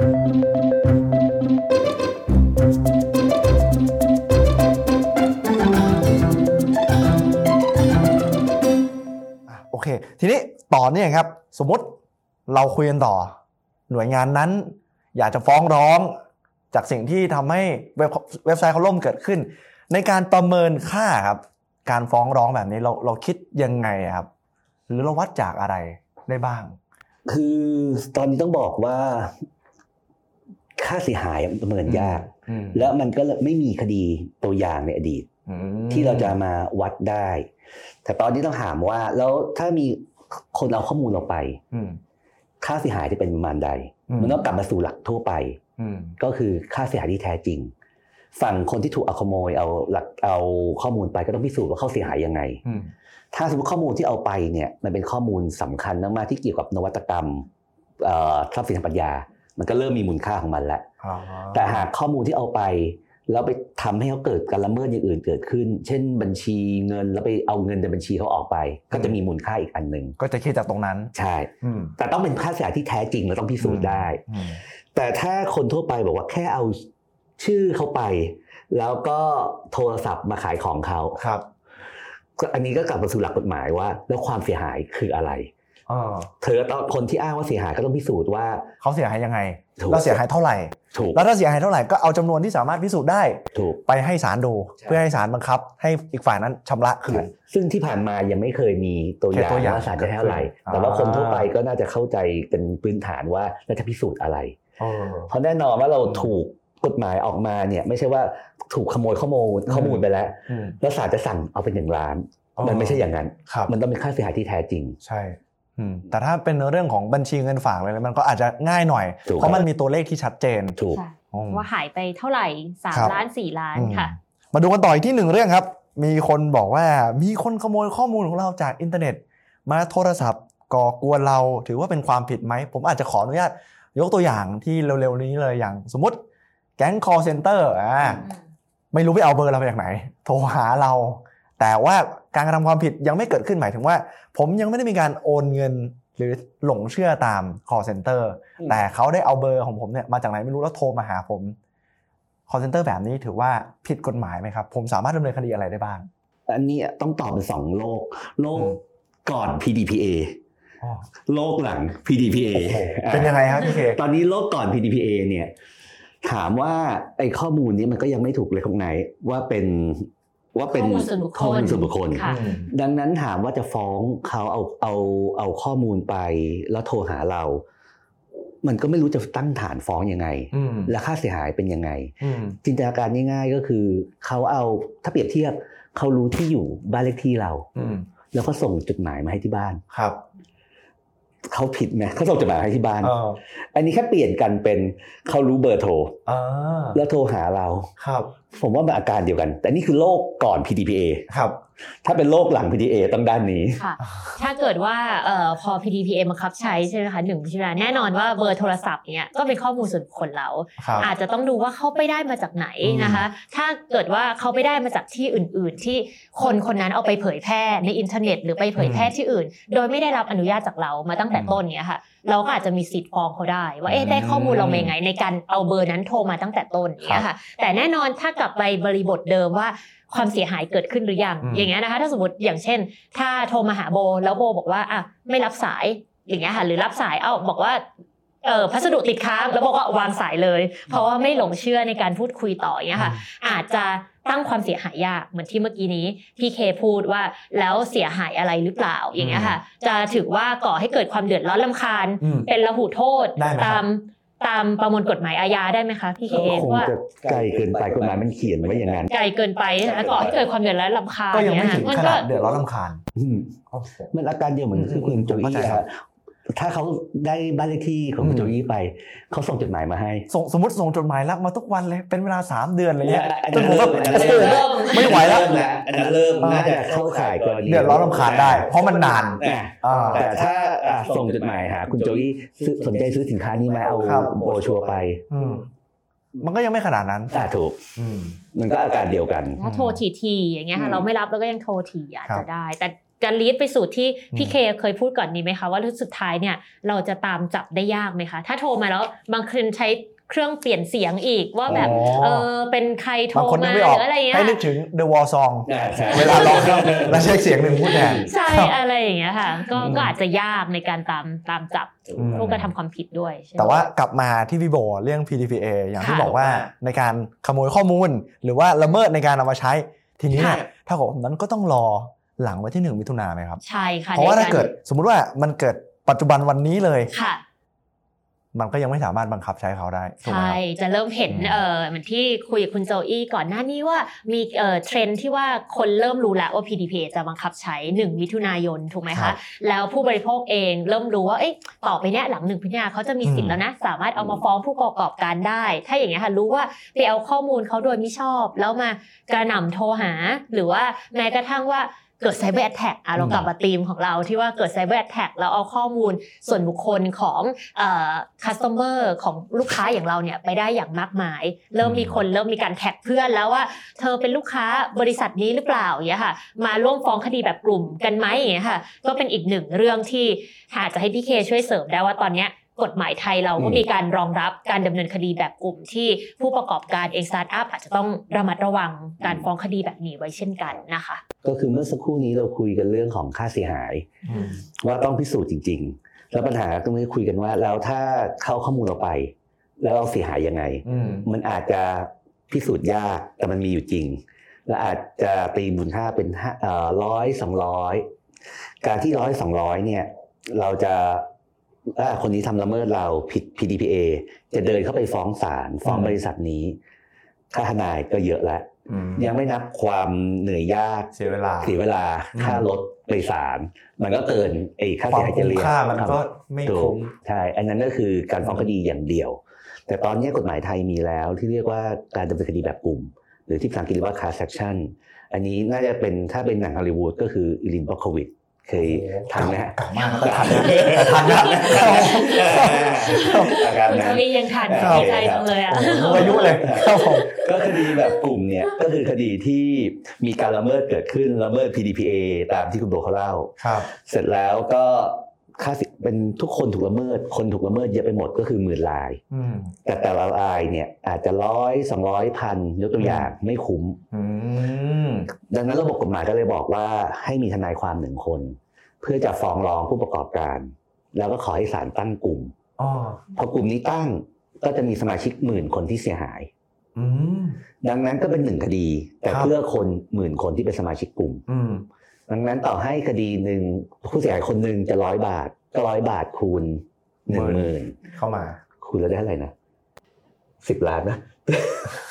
โอเคทีนี้ต่อเนี่ยครับสมมติเราคุยกันต่อหน่วยงานนั้นอยากจะฟ้องร้องจากสิ่งที่ทำให้เว็บไซต์เขาล่มเกิดขึ้นในการประเมินค่าครับการฟ้องร้องแบบนี้เราคิดยังไงครับหรือเราวัดจากอะไรได้บ้างคือตอนนี้ต้องบอกว่าค่าเสียหายประเมินยากแล้วมันก็ไม่มีคดีตัวอย่างในอดีตที่เราจะมาวัดได้แต่ตอนนี้ต้องถามว่าแล้วถ้ามีคนเอาข้อมูลเราไปค่าเสียหายจะเป็นประมาณใดมันต้องกลับมาสู่หลักทั่วไปก็คือค่าเสียหายที่แท้จริงฝั่งคนที่ถูกเอาขโมยเอาข้อมูลไปก็ต้องพิสูจน์ว่าเขาเสียหายยังไงถ้าสมมติข้อมูลที่เอาไปเนี่ยมันเป็นข้อมูลสำคัญมากๆที่เกี่ยวกับนวัตกรรมทรัพย์สินทางปัญญามันก็เริ่มมีมูลค่าของมันแล้วแต่หากข้อมูลที่เอาไปแล้วไปทำให้เขาเกิดการละเมิดอย่างอื่นเกิดขึ้นเช่นบัญชีเงินแล้วไปเอาเงินในบัญชีเขาออกไปก็จะมีมูลค่าอีกอันนึงก็จะคิดจากตรงนั้นใช่แต่ต้องเป็นค่าเสียหายที่แท้จริงและต้องพิสูจน์ได้แต่ถ้าคนทั่วไปบอกว่าแค่เอาชื่อเขาไปแล้วก็โทรศัพท์มาขายของเขาครับอันนี้ก็กลับมาสู่หลักกฎหมายว่าแล้วความเสียหายคืออะไรเธอคนที่อ้างว่าเสียหายก็ต้องพิสูจน์ว่าเขาเสียหายยังไงแล้วเสียหายเท่าไหร่แล้วถ้าเสียหายเท่าไหร่ก็เอาจำนวนที่สามารถพิสูจน์ได้ไปให้ศาลดูเพื่อให้ศาลบังคับให้อีกฝ่ายนั้นชำระคืนซึ่งที่ผ่านมายังไม่เคยมีตัวอย่างว่าศาลจะเท่าไหร่แต่ว่าคนทั่วไปก็น่าจะเข้าใจเป็นพื้นฐานว่าเราจะพิสูจน์อะไรเพราะแน่นอนว่าเราถูกกฎหมายออกมาเนี่ยไม่ใช่ว่าถูกขโมยข้อมูลไปแล้วศาลจะสั่งเอาเป็น1 ล้านมันไม่ใช่อย่างนั้นมันต้องเป็นค่าเสียหายที่แท้จริงใช่แต่ถ้าเป็นเรื่องของบัญชีเงินฝากอะไรมันก็อาจจะง่ายหน่อยเพราะมันมีตัวเลขที่ชัดเจนถูกว่าหายไปเท่าไหร่3 ล้าน4 ล้านค่ะมาดูกันต่ออีกที่1เรื่องครับมีคนบอกว่ามีคนขโมยข้อมูลของเราจากอินเทอร์เน็ตมาโทรศัพท์ก่อกวนเราถือว่าเป็นความผิดไหมผมอาจจะขออนุญาตยกตัวอย่างที่เร็วๆนี้เลยอย่างสมมติแก๊ง call center ไม่รู้ไปเอาเบอร์เรามาจากไหนโทรหาเราแต่ว่าการกระทำความผิดยังไม่เกิดขึ้นหมายถึงว่าผมยังไม่ได้มีการโอนเงินหรือหลงเชื่อตาม call center แต่เขาได้เอาเบอร์ของผมเนี่ยมาจากไหนไม่รู้แล้วโทรมาหาผม call center แบบนี้ถือว่าผิดกฎหมายไหมครับผมสามารถดำเนินคดีอะไรได้บ้างอันนี้ต้องตอบเป็น2โลกก่อน PDPA โลกหลัง PDPA เป็นยังไงครับพี่เคตอนนี้โลกก่อน PDPA เนี่ยถามว่าไอ้ข้อมูลนี้มันก็ยังไม่ถูกเลยของไหนว่าเป็นข้อมูลส่วนบุคคลดังนั้นถามว่าจะฟ้องเขาเอาข้อมูลไปแล้วโทรหาเรามันก็ไม่รู้จะตั้งฐานฟ้องยังไงและค่าเสียหายเป็นยังไงจินตนาการง่ายๆก็คือเขาเอาถ้าเปรียบเทียบเขารู้ที่อยู่บ้านเลขที่เราแล้วก็ส่งจดหมายมาให้ที่บ้านครับเขาผิดไหมเขาส่งจดหมายให้ที่บ้านอันนี้แค่เปลี่ยนกันเป็นเขารู้เบอร์โทรแล้วโทรหาเราครับผมว่ามันอาการเดียวกันแต่นี่คือโรคก่อน PDPA ครับถ้าเป็นโรคหลัง PDPA ต้องด้านนี้ค่ะถ้าเกิดว่าพอ PDPA บังคับใช้ใช่ไหมคะ1มิถุนายนแน่นอนว่าเบอร์โทรศัพท์เนี่ยก็เป็นข้อมูลส่วนบุคคลเราอาจจะต้องดูว่าเขาไปได้มาจากไหนนะคะถ้าเกิดว่าเขาไปได้มาจากที่อื่นๆที่คนนั้นเอาไปเผยแพร่ในอินเทอร์เน็ตหรือไปเผยแพร่ที่อื่นโดยไม่ได้รับอนุญาตจากเรามาตั้งแต่ต้นเนี่ยค่ะเราก็อาจจะมีสิทธิ์ฟ้องเขาได้ว่าได้ข้อมูลเรามายังไงในการเอาเบอร์นั้นโทรมาตั้งแต่ต้นเนี่ยค่ะแต่แน่นอนถ้ากลับไปบริบทเดิมว่าความเสียหายเกิดขึ้นหรือยังอย่างเงี้ยนะคะถ้าสมมติอย่างเช่นถ้าโทรมาหาโบแล้วโบบอกว่าไม่รับสายอย่างเงี้ยค่ะหรือรับสายบอกว่าพัสดุติดค้างแล้วโบก็วางสายเลยเพราะว่าไม่หลงเชื่อในการพูดคุยต่ออย่างเงี้ยค่ะอาจจะตั้งความเสียหายยากเหมือนที่เมื่อกี้นี้พี่เคพูดว่าแล้วเสียหายอะไรหรือเปล่าอย่างเงี้ยค่ะจะถือว่าก่อให้เกิดความเดือดร้อนรำคาญเป็นละหุโทษตามประมวลกฎหมายอาญาได้ไหมคะพี่เคว่าไกลเกินไปกฎหมายมันเขียนไว้อย่างนั้นไกลเกินไปนะก่อให้เกิดความเดือดร้อนรำคาญก็ยังไม่ถึงขนาดเดือดร้อนรำคาญมันอาการเดียวเหมือนที่คุณโจอี้ครับถ้าเขาได้บ้านเลขที่ของคุณโจอี้ไปเขาส่งจดหมายมาให้สมมติส่งจดหมายรักมาทุกวันเลยเป็นเวลา3เดือนอะไรเงี้ยจนผมแบบไม่ไหวแล้วอันนั้นเริ่มน่าจะเข้าข่ายกรณีเดือดร้อนรำคาญได้เพราะมันนานแต่ถ้าส่งจดหมายหาคุณโจอี้สนใจซื้อสินค้านี้ไหมเอาโบชัวไปมันก็ยังไม่ขนาดนั้นถูกมันก็อาการเดียวกันถ้าโทรทีอย่างเงี้ยค่ะเราไม่รับแล้วก็ยังโทรทีอาจจะได้แต่จะลีดไปสู่ที่พี่เคเคยพูดก่อนนี้ไหมคะว่าสุดท้ายเนี่ยเราจะตามจับได้ยากไหมคะถ้าโทรมาแล้วบางคนใช้เครื่องเปลี่ยนเสียงอีกว่าแบบเป็นใครโทรมาหรืออะไรเงี้ยให้นึกถึง The War Song เวลาร้องแล้วใช้เสียงหนึ่งพูดแทนใช่อะไรอย่างเงี้ยค่ะก็อาจจะยากในการตามจับผู้กระทำความผิดด้วยแต่ว่ากลับมาที่พี่โบเรื่อง PDPA อย่างที่บอกว่าในการขโมยข้อมูลหรือว่าละเมิดในการเอามาใช้ทีนี้ถ้าของนั้นก็ต้องรอหลังวันที่1มิถุนายนไหมครับใช่ค่ะเพราะว่าถ้าเกิดสมมุติว่ามันเกิดปัจจุบันวันนี้เลยค่ะมันก็ยังไม่สามารถบังคับใช้เขาได้ใช่จะเริ่มเห็นเหมือนที่คุยกับคุณโจอี้ก่อนหน้านี้ว่ามีเทรนด์ที่ว่าคนเริ่มรู้แล้วว่า PDPA จะบังคับใช้1มิถุนายนถูกไหมคะแล้วผู้บริโภคเองเริ่มรู้ว่าต่อไปเนี้ยหลัง1มิถุนายนเขาจะมีสิทธิ์แล้วนะสามารถเอามาฟ้องผู้ประกอบการได้ถ้าอย่างเงี้ยค่ะรู้ว่าไปเอาข้อมูลเขาโดยไม่ชอบแล้วมากระหน่ำโทรหาหรือว่าแม้กระทั่งว่าเกิดไซเบอร์แอทแทคเรากลับมาธีมของเราที่ว่าเกิดไซเบอร์แอทแทคแล้วเอาข้อมูลส่วนบุคคลของคัสโตเมอร์ของลูกค้าอย่างเราเนี่ยไปได้อย่างมากมายเริ่มมีการแท็กเพื่อนแล้วว่าเธอเป็นลูกค้าบริษัทนี้หรือเปล่าอย่างเงี้ยค่ะมาร่วมฟ้องคดีแบบกลุ่มกันไหมอย่างเงี้ยค่ะก็เป็นอีกหนึ่งเรื่องที่อาจจะให้พี่เคช่วยเสริมได้ว่าตอนเนี้ยกฎหมายไทยเราก็มีการรองรับการดำเนินคดีแบบกลุ่มที่ผู้ประกอบการเองสตาร์ทอัพอาจจะต้องระมัดระวังการฟ้องคดีแบบนี้ไว้เช่นกันนะคะก็คือเมื่อสักครู่นี้เราคุยกันเรื่องของค่าเสียหายว่าต้องพิสูจน์จริงๆแล้วปัญหาตรงนี้คุยกันว่าแล้วถ้าเข้าข้อมูลเราไปแล้วเราเสียหายยังไงมันอาจจะพิสูจน์ยากแต่มันมีอยู่จริงและอาจจะตีมูลค่าเป็น100-200การที่100-200เนี่ยเราจะคนนี้ทำละเมิดเราผิด PDPA จะเดินเข้าไปฟ้องศาลฟ้องบริษัทนี้ค่าทนายก็เยอะแล้วยังไม่นับความเหนื่อยยากเสียเวลาค่ารถไปศาลมันก็เกินค่าเสียหายเฉลี่ยค่ามันก็ไม่คุ้มใช่อันนั้นก็คือการฟ้องคดีอย่างเดียวแต่ตอนนี้กฎหมายไทยมีแล้วที่เรียกว่าการดำเนินคดีแบบกลุ่มหรือที่ภาษาอังกฤษเรียกว่า class action อันนี้น่าจะเป็นถ้าเป็นหนังฮอลลีวูดก็คืออิลิน บล็อกโควิชเคยทันไหมฮะทันอาการนั้นนี่ยังทันดีใจจังเลยอ่ะอายุเลยก็คดีแบบกลุ่มเนี่ยก็คือคดีที่มีการละเมิดเกิดขึ้นละเมิด PDPA ตามที่คุณโบเขาเล่าเสร็จแล้วก็ค่าเป็นทุกคนถูกละเมิดคนถูกละเมิดเยอะไปหมดก็คือ10,000 รายแต่ละรายเนี่ยอาจจะ100 200 พันยกตัวอย่างไม่คุ้มดังนั้นระบบกฎหมายก็เลยบอกว่าให้มีทนายความ1 คนเพื่อจะฟ้องร้องผู้ประกอบการแล้วก็ขอให้ศาลตั้งกลุ่มพอกลุ่มนี้ตั้งก็จะมีสมาชิก10,000 คนที่เสียหายดังนั้นก็เป็น1 คดีแต่เพื่อคน10,000 คนที่เป็นสมาชิกกลุ่มดังนั้นต่อให้คดีหนึ่งผู้เสียหายคนหนึ่งจะ100 บาทก็100 บาทคูณ 10,000 เข้ามาคูณแล้วได้เท่าไหร่นะ10 ล้านนะ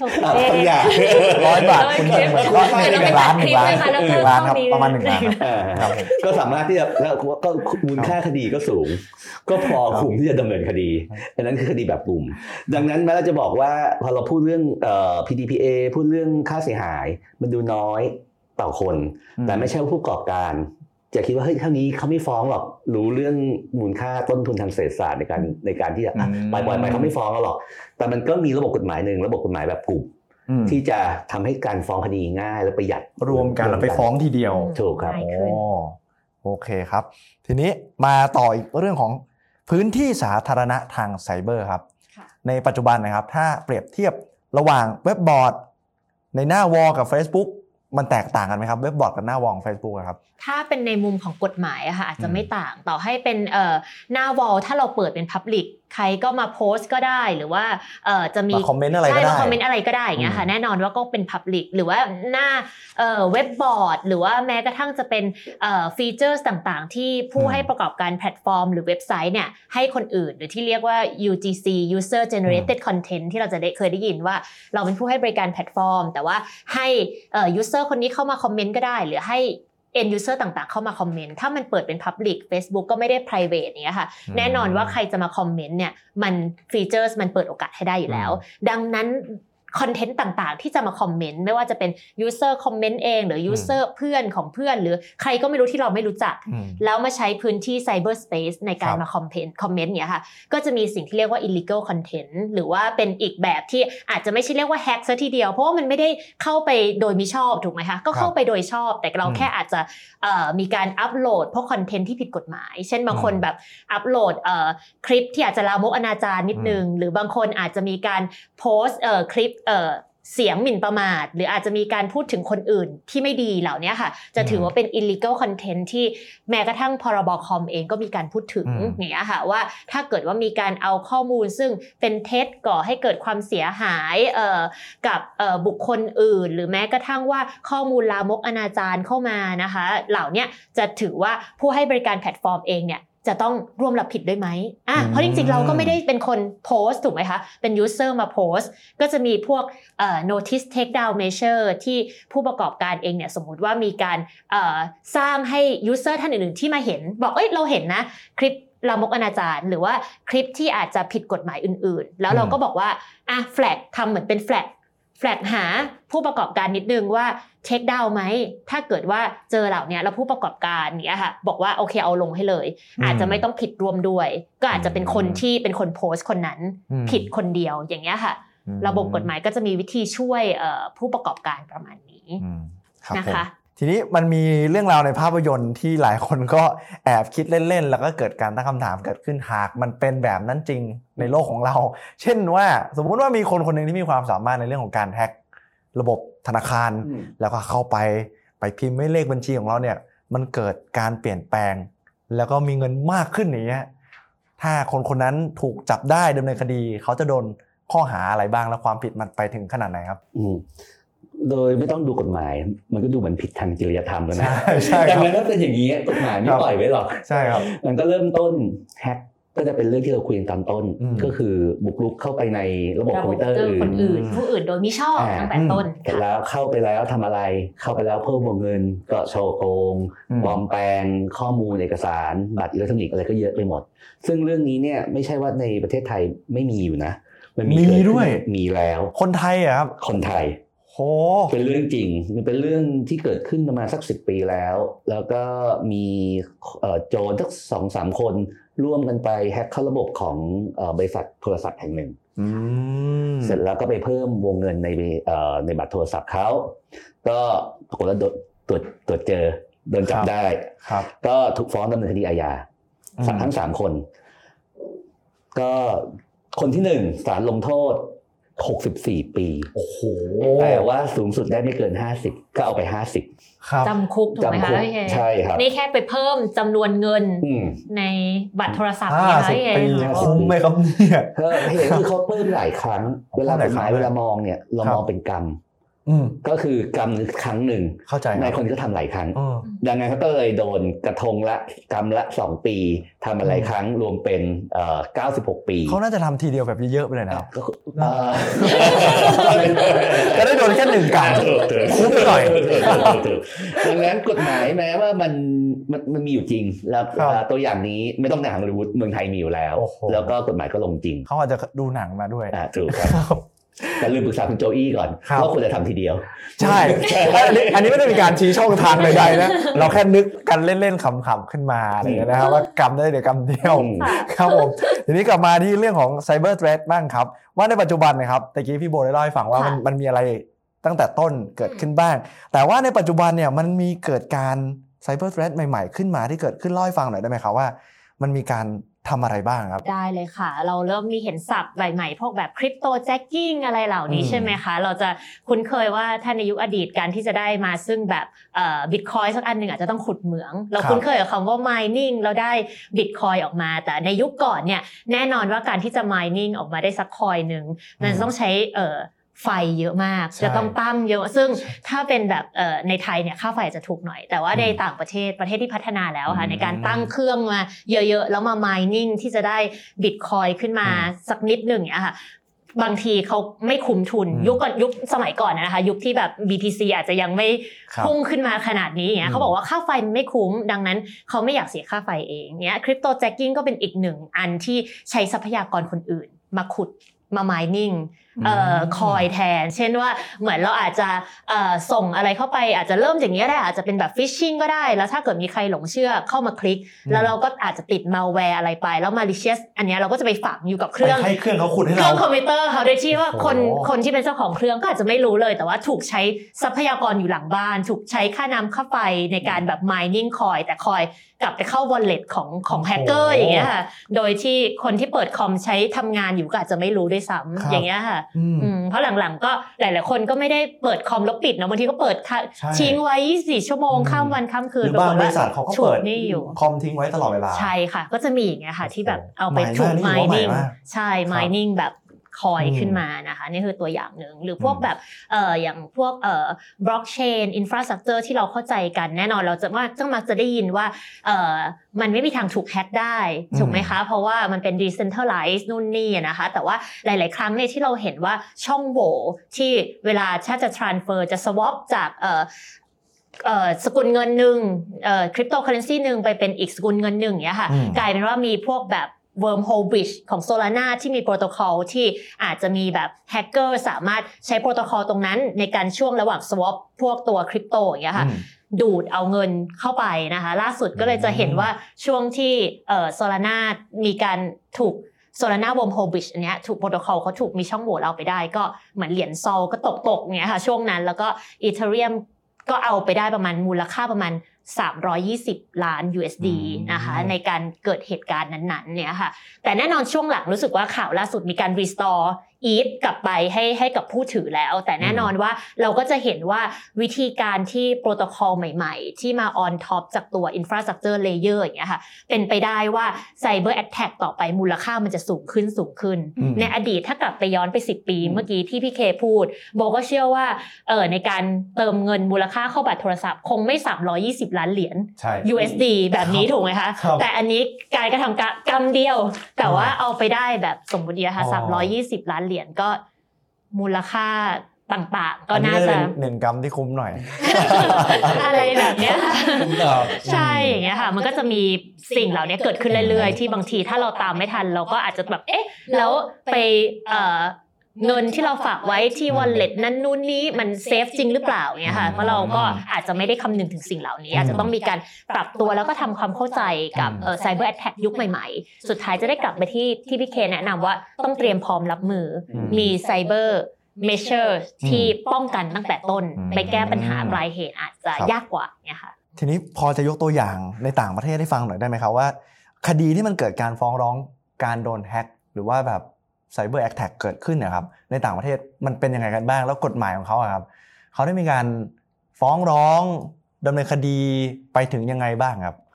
ทุกอย่าง 100 บาทคุณเหมือนก็1 ล้านครับประมาณ1 ล้านครับก็สามารถที่จะแล้วก็มูลค่าคดีก็สูงก็พอคุ้มที่จะดำเนินคดีอันนั้นคือคดีแบบกลุ่มดังนั้นแม้เราจะบอกว่าพอเราพูดเรื่องPDPA พูดเรื่องค่าเสียหายมันดูน้อยต่อคนแต่ไม่ใช่ว่าผู้ประกอบการจะคิดว่าเฮ้ยเท่านี้เขาไม่ฟ้องหรอกรู้เรื่องมูลค่าต้นทุนทางเศรษฐศาสตร์ในการที่จะปล่อยไปเขาไม่ฟ้องหรอกแต่มันก็มีระบบกฎหมายนึงระบบกฎหมายแบบกลุ่มที่จะทำให้การฟ้องคดีง่ายและประหยัดรวมกันแล้วไปฟ้องทีเดียวถูกครับโอเคครับทีนี้มาต่ออีกเรื่องของพื้นที่สาธารณะทางไซเบอร์ครับในปัจจุบันนะครับถ้าเปรียบเทียบระหว่างเว็บบอร์ดในหน้าวอลกับ Facebook มันแตกต่างกันไหมครับเว็บบอร์ดกับหน้าวอลของ Facebook ครับถ้าเป็นในมุมของกฎหมายอะค่ะอาจจะไม่ต่างต่อให้เป็นหน้าวอลถ้าเราเปิดเป็น Public ใครก็มาโพสต์ก็ได้หรือว่าจะมีคอมเมนต์อะไรก็ได้คอมเมนต์อะไรก็ได้อย่างเงี้ยค่ะแน่นอนว่าก็เป็น Public หรือว่าหน้าเว็บบอร์ดหรือว่าแม้กระทั่งจะเป็นฟีเจอร์ต่างๆที่ผู้ให้ประกอบการแพลตฟอร์มหรือเว็บไซต์เนี่ยให้คนอื่นหรือที่เรียกว่า UGC User Generated Content ที่เราจะเคยได้ยินว่าเราเป็นผู้ให้บริการแพลตฟอร์มแต่ว่าให้user คนนี้เข้ามาคอมเมนต์ก็ได้หรือให้end user ต่างๆเข้ามาคอมเมนต์ถ้ามันเปิดเป็น public Facebook ก็ไม่ได้ private อย่างเงี้ยค่ะแน่นอนว่าใครจะมาคอมเมนต์เนี่ยมันฟีเจอร์มันเปิดโอกาสให้ได้อยู่แล้วดังนั้นคอนเทนต์ต่างๆที่จะมาคอมเมนต์ไม่ว่าจะเป็น user คอมเมนต์เองหรือ user เพื่อนของเพื่อนหรือใครก็ไม่รู้ที่เราไม่รู้จักแล้วมาใช้พื้นที่ cyber space ในการมาคอมเมนต์เนี่ยค่ะก็จะมีสิ่งที่เรียกว่า illegal content หรือว่าเป็นอีกแบบที่อาจจะไม่ใช่เรียกว่า hack ซะทีเดียวเพราะว่ามันไม่ได้เข้าไปโดยมิชอบถูกไหมคะก็เข้าไปโดยชอบแต่เราแค่อาจจะมีการอัปโหลดพวกคอนเทนต์ที่ผิดกฎหมายเช่นบางคนแบบอัปโหลดคลิปที่อาจจะลามกอนาจารนิดนึงหรือบางคนอาจจะมีการโพสต์คลิปเสียงหมิ่นประมาทหรืออาจจะมีการพูดถึงคนอื่นที่ไม่ดีเหล่านี้ค่ะจะถือว่าเป็น illegal content ที่แม้กระทั่งพรบคอมเองก็มีการพูดถึงอย่างเงี้ยค่ะว่าถ้าเกิดว่ามีการเอาข้อมูลซึ่งเป็นเท็จก่อให้เกิดความเสียหายกับบุคคลอื่นหรือแม้กระทั่งว่าข้อมูลลามกอนาจารเข้ามานะคะเหล่านี้จะถือว่าผู้ให้บริการแพลตฟอร์มเองเนี่ยจะต้องร่วมรับผิดด้วยไหมเพราะจริงๆเราก็ไม่ได้เป็นคนโพสต์ถูกไหมคะเป็น user มาโพสต์ก็จะมีพวกnotice take down measure ที่ผู้ประกอบการเองเนี่ยสมมุติว่ามีการสร้างให้ user ท่านอื่นๆที่มาเห็นบอกเราเห็นนะคลิปลามกอนาจารหรือว่าคลิปที่อาจจะผิดกฎหมายอื่นๆแล้วเราก็บอกว่าflag ทำเหมือนเป็น flag หาผู้ประกอบการนิดนึงว่าเช็คดาวไหมถ้าเกิดว่าเจอเหล่านี้แล้วผู้ประกอบการเนี้ยค่ะบอกว่าโอเคเอาลงให้เลยอาจจะไม่ต้องผิดร่วมด้วยก็อาจจะเป็นคนที่เป็นคนโพสต์คนนั้นผิดคนเดียวอย่างเงี้ยค่ะระบบกฎหมายก็จะมีวิธีช่วยผู้ประกอบการประมาณนี้นะคะทีนี้มันมีเรื่องราวในภาพยนตร์ที่หลายคนก็แอบคิดเล่นๆแล้วก็เกิดการตั้งคำถามเกิดขึ้นหากมันเป็นแบบนั้นจริงในโลกของเราเช่นว่าสมมุติว่ามีคนคนนึงที่มีความสามารถในเรื่องของการแฮ็กระบบธนาคารแล้วก็เข้าไปพิมพ์ให้เลขบัญชีของเราเนี่ยมันเกิดการเปลี่ยนแปลงแล้วก็มีเงินมากขึ้นอย่างเงี้ยถ้าคนนั้นถูกจับได้ดำเนินคดีเขาจะโดนข้อหาอะไรบ้างและความผิดมันไปถึงขนาดไหนครับโดยไม่ต้องดูกฎหมายมันก็ดูเหมือนผิดทางจริยธรรมแล้วนะใช่ดังนั้นก็เป็นอย่างนี้กฎหมายไม่ปล่อยไว้หรอกใช่ครับมันก็เริ่มต้นแฮกก็จะเป็นเรื่องที่เราคุยกันตอนต้นก็คือบุกรุกเข้าไปในระบบคอมพิวเตอร์คนอื่นผู้อื่นโดยมิชอบตั้งแต่ต้นแล้วเข้าไปแล้วทำอะไรเข้าไปแล้วเพิ่มวงเงินก็โชว์โกงปลอมแปลงข้อมูลเอกสารบัตรอิเล็กทรอนิกส์อะไรก็เยอะไปหมดซึ่งเรื่องนี้เนี่ยไม่ใช่ว่าในประเทศไทยไม่มีอยู่นะมันมีด้วยมีแล้วคนไทยครับคนไทยโหเป็นเรื่องจริงมันเป็นเรื่องที่เกิดขึ้นประมาณสัก10 ปีแล้วก็มีโจรสัก 2-3 คนร่วมกันไปแฮกเข้าระบบของบริษัทโทรศัพท์แห่งหนึ่งเสร็จแล้วก็ไปเพิ่มวงเงินในบัตรโทรศัพท์เขาก็ปรากฏว่าตรวจเจอโดนจับได้ก็ถูกฟ้องดำเนินคดีอาญาทั้ง3คนก็คนที่1ศาลลงโทษ64 ปีโอ้โหแต่ว่าสูงสุดได้ไม่เกิน50ก็เอาไป50 จำคุกถูกไหมคะใช่ครับนี่แค่ไปเพิ่มจำนวนเงินในบัตรโทรศัพท์ 50 ปีคุ้มไหมครับเนี่ยเห็นคือเขาเพิ่มหลายครั้งเวลากฎหมายเวลามองเนี่ยเรามองเป็นกรรมก็คือกรรมครั้งหนึ่งเข้าใจนายคนก็ทำหลายครั้งดังนั้นเขาก็เลยโดนกระทงละกรรมละ2 ปีทำอะไรครั้งรวมเป็น96 ปีเขาน่าจะทำทีเดียวแบบเยอะๆไปเลยนะครับก็ได้โดนแค่1 กรรมคุ้มไปหน่อยดังนั้นกฎหมายแม้ว่ามันมีอยู่จริงแล้วตัวอย่างนี้ไม่ต้องหนังฮอลลีวูดเมืองไทยมีอยู่แล้วแล้วก็กฎหมายก็ลงจริงเขาอาจจะดูหนังมาด้วยถูกครับแต่ลืมปรึกษาคุณโจอี้ก่อนว่าควรจะทำทีเดียวใช่อันนี้ไม่ได้มีการชี้ช่องทางใดๆนะเราแค่นึกกันเล่นๆขำๆขึ้นมาอะไรอย่างเงี้ยนะครับว่ากรรมได้เดี๋ยวกรรมเดียวครับผมทีนี้กลับมาที่เรื่องของ Cyber Threat บ้างครับว่าในปัจจุบันนะครับตะกี้พี่โบได้เล่าให้ฟังว่ามันมีอะไรตั้งแต่ต้นเกิดขึ้นบ้างแต่ว่าในปัจจุบันเนี่ยมันมีเกิดการ Cyber Threat ใหม่ๆขึ้นมาที่เกิดขึ้นเล่าให้ฟังหน่อยได้ไหมครับว่ามันมีการทำอะไรบ้างครับได้เลยค่ะเราเริ่มมีเห็นศัพท์ใหม่ๆพวกแบบคริปโตแจ็คกิ้งอะไรเหล่านี้ใช่ไหมคะเราจะคุ้นเคยว่าถ้าในยุคอดีตการที่จะได้มาซึ่งแบบบิตคอยน์สักอันหนึ่งอาจจะต้องขุดเหมืองเราคุ้นเคยกับคำว่า mining เราได้บิตคอยน์ออกมาแต่ในยุคก่อนเนี่ยแน่นอนว่าการที่จะ mining ออกมาได้สักคอยนึงมันต้องใช้ไฟเยอะมากจะต้องตั้งเยอะซึ่งถ้าเป็นแบบในไทยเนี่ยค่าไฟจะถูกหน่อยแต่ว่าในต่างประเทศที่พัฒนาแล้วค่ะในการตั้งเครื่องมาเยอะๆแล้วมา mining ที่จะได้บิตคอยน์ขึ้นมาสักนิดนึงเนี่ยค่ะบางทีเขาไม่คุ้มทุนยุคสมัยก่อนนะคะยุคที่แบบ BTC อาจจะยังไม่พุ่งขึ้นมาขนาดนี้อย่างเงี้ยเขาบอกว่าค่าไฟมันไม่คุ้มดังนั้นเขาไม่อยากเสียค่าไฟเองเนี้ยคริปโตแจ็คกิ้งก็เป็นอีกหนึ่งอันที่ใช้ทรัพยากรคนอื่นมาขุดมา miningคอยแทนเช่นว่าเหมือนเราอาจจะส่งอะไรเข้าไปอาจจะเริ่มอย่างนี้ได้อาจจะเป็นแบบฟิชชิ่งก็ได้แล้วถ้าเกิดมีใครหลงเชื่อเข้ามาคลิกแล้วเราก็อาจจะติดมัลแวร์อะไรไปแล้ว malicious อันนี้เราก็จะไปฝังอยู่กับเครื่องให้เครื่องเขาขุดให้เราเครื่องคอมพิวเตอร์เขาโดยที่ว่าคนที่เป็นเจ้าของเครื่องก็อาจจะไม่รู้เลยแต่ว่าถูกใช้ทรัพยากรอยู่หลังบ้านถูกใช้ค่าน้ำค่าไฟในการแบบ mining คอยแต่คอยกลับไปเข้า wallet ของแฮกเกอร์อย่างเงี้ยค่ะโดยที่คนที่เปิดคอมใช้ทำงานอยู่ก็อาจจะไม่รู้ด้วยซ้ำอย่างเงี้ยค่ะเพราะหลังๆก็หลายๆคนก็ไม่ได้เปิดคอมแล้วปิดนะบางทีก็เปิดทิ้งไว้24 ชั่วโมงข้ามวันข้ามคืนหรือบางบริษัทเขาก็เปิดคอมทิ้งไว้ตลอดเวลาใช่ค่ะก็จะมีอย่างเงี้ยค่ะที่แบบเอาไปถูก mining ใช่ mining แบบคอยขึ้นมานะคะนี่คือตัวอย่างหนึ่งหรือพวกแบบอย่างพวกblockchain infrastructure ที่เราเข้าใจกันแน่นอนเราจะมักจะได้ยินว่ามันไม่มีทางถูกแฮ็กได้ถูกไหมคะเพราะว่ามันเป็น decentralized นู่นนี่นะคะแต่ว่าหลายๆครั้งเนี่ยที่เราเห็นว่าช่องโหว่ที่เวลาถ้าจะ transfer จะ swap จากสกุลเงินหนึ่งคริปโตเคอเรนซีหนึ่งไปเป็นอีกสกุลเงินหนึ่งเนี้ยค่ะกลายเป็นว่ามีพวกแบบwormhole bridge ของ Solana ที่มีโปรโตคอลที่อาจจะมีแบบแฮกเกอร์สามารถใช้โปรโตคอลตรงนั้นในการช่วงระหว่าง swap พวกตัวคริปโตอย่างเงี้ยค่ะดูดเอาเงินเข้าไปนะคะล่าสุดก็เลยจะเห็นว่าช่วงที่Solana มีการถูกSolana wormhole bridge อันเนี้ยถูกโปรโตคอลเขาถูกมีช่องโหว่เอาไปได้ก็เหมือนเหรียญซอลก็ตกเงี้ยค่ะช่วงนั้นแล้วก็ Ethereum ก็เอาไปได้ประมาณมูลค่าประมาณ320 ล้าน USD นะคะในการเกิดเหตุการณ์นั้นๆเนี่ยค่ะแต่แน่นอนช่วงหลังรู้สึกว่าข่าวล่าสุดมีการ restore ETH กลับไปให้กับผู้ถือแล้วแต่แน่นอนว่าเราก็จะเห็นว่าวิธีการที่โปรโตคอลใหม่ๆที่มา on top จากตัว infrastructure layer อย่างเงี้ยค่ะเป็นไปได้ว่า cyber attack ต่อไปมูลค่ามันจะสูงขึ้นในอดีตถ้ากลับไปย้อนไป10 ปีเมื่อกี้ที่พี่เคพูดโบก็เชื่อว่าในการเติมเงินมูลค่าเข้าบัตรโทรศัพท์คงไม่320 ล้านเหรียญ USD แบบนี้ถูกไหมคะแต่อันนี้การกระทำกรรมเดียวแต่ว่าเอาไปได้แบบสมมุตินะคะ320 ล้านเหรียญก็มูลค่าต่างๆก็น่าจะหนึ่งกรรมที่คุ้มหน่อยอะไรแบบเนี้ยใช่อย่างเงี้ยค่ะมันก็จะมีสิ่งเหล่านี้เกิดขึ้นเรื่อยๆที่บางทีถ้าเราตามไม่ทันเราก็อาจจะแบบแล้วไปเงินที่เราฝากไว้ที่ wallet นั้นนู่นนี้มันเซฟจริงหรือเปล่าเงี้ยค่ะเพราะเราก็อาจจะไม่ได้คำนึงถึงสิ่งเหล่านี้อาจจะต้องมีการปรับตัวแล้วก็ทำความเข้าใจกับcyber attack ยุคใหม่ๆสุดท้ายจะได้กลับไปที่พี่เคแนะนำว่าต้องเตรียมพร้อมรับมือมี cyber measure ที่ป้องกันตั้งแต่ต้นไปแก้ปัญหาปลายเหตุอาจจะยากกว่าเนี่ยค่ะทีนี้พอจะยกตัวอย่างในต่างประเทศให้ฟังหน่อยได้ไหมครับว่าคดีที่มันเกิดการฟ้องร้องการโดนแฮ็กหรือว่าแบบCyber Attack เกิดขึ้นนะครับในต่างประเทศมันเป็นยังไงกันบ้างแล้วกฎหมายของเขาครับเขาได้มีการฟ้องร้องดำเนินคดีไปถึงยังไงบ้างครับ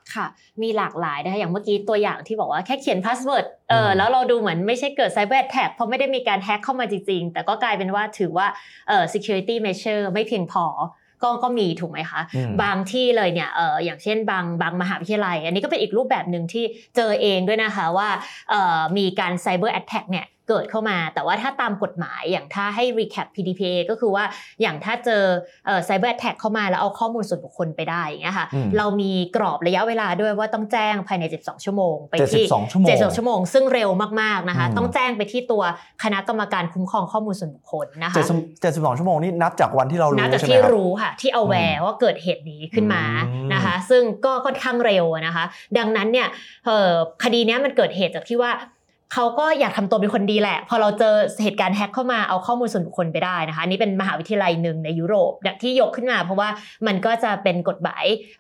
ค่ะมีหลากหลายนะคะอย่างเมื่อกี้ตัวอย่างที่บอกว่าแค่เขียนพาสเวิร์ดแล้วเราดูเหมือนไม่ใช่เกิดไซเบอร์แอทแทคเพราะไม่ได้มีการแฮ็กเข้ามาจริงๆแต่ก็กลายเป็นว่าถือว่าsecurity measure ไม่เพียงพอก็มีถูกไหมคะบางที่เลยเนี่ยอย่างเช่นบางมหาวิทยาลัยอันนี้ก็เป็นอีกรูปแบบนึงที่เจอเองด้วยนะคะว่ามีการไซเบอร์แอทแทคเนี่ยเกิดเข้ามาแต่ว่าถ้าตามกฎหมายอย่างถ้าให้ recap PDPA ก็คือว่าอย่างถ้าเจอไซเบอร์แอทแทคเข้ามาแล้วเอาข้อมูลส่วนบุคคลไปได้อย่างเงี้ยค่ะเรามีกรอบระยะเวลาด้วยว่าต้องแจ้งภายใน72ชั่วโมงไปที่72ชั่วโมงซึ่งเร็วมากๆนะคะต้องแจ้งไปที่ตัวคณะกรรมการคุ้มครองข้อมูลส่วนบุคคลนะคะ 72ชั่วโมงนี่นับจากวันที่เรารู้ใช่ไหมครับนับจากที่รู้ค่ะที่ aware ว่าเกิดเหตุนี้ขึ้นมานะคะซึ่งก็ค่อนข้างเร็วนะคะดังนั้นเนี่ยคดีนี้มันเกิดเหตุจากที่ว่าเขาก็อยากทำตัวเป็นคนดีแหละพอเราเจอเหตุการณ์แฮ็กเข้ามาเอาข้อมูลส่วนบุคคลไปได้นะคะนี่เป็นมหาวิทยาลัยหนึ่งในยุโรปที่ยกขึ้นมาเพราะว่ามันก็จะเป็นกฎหมาย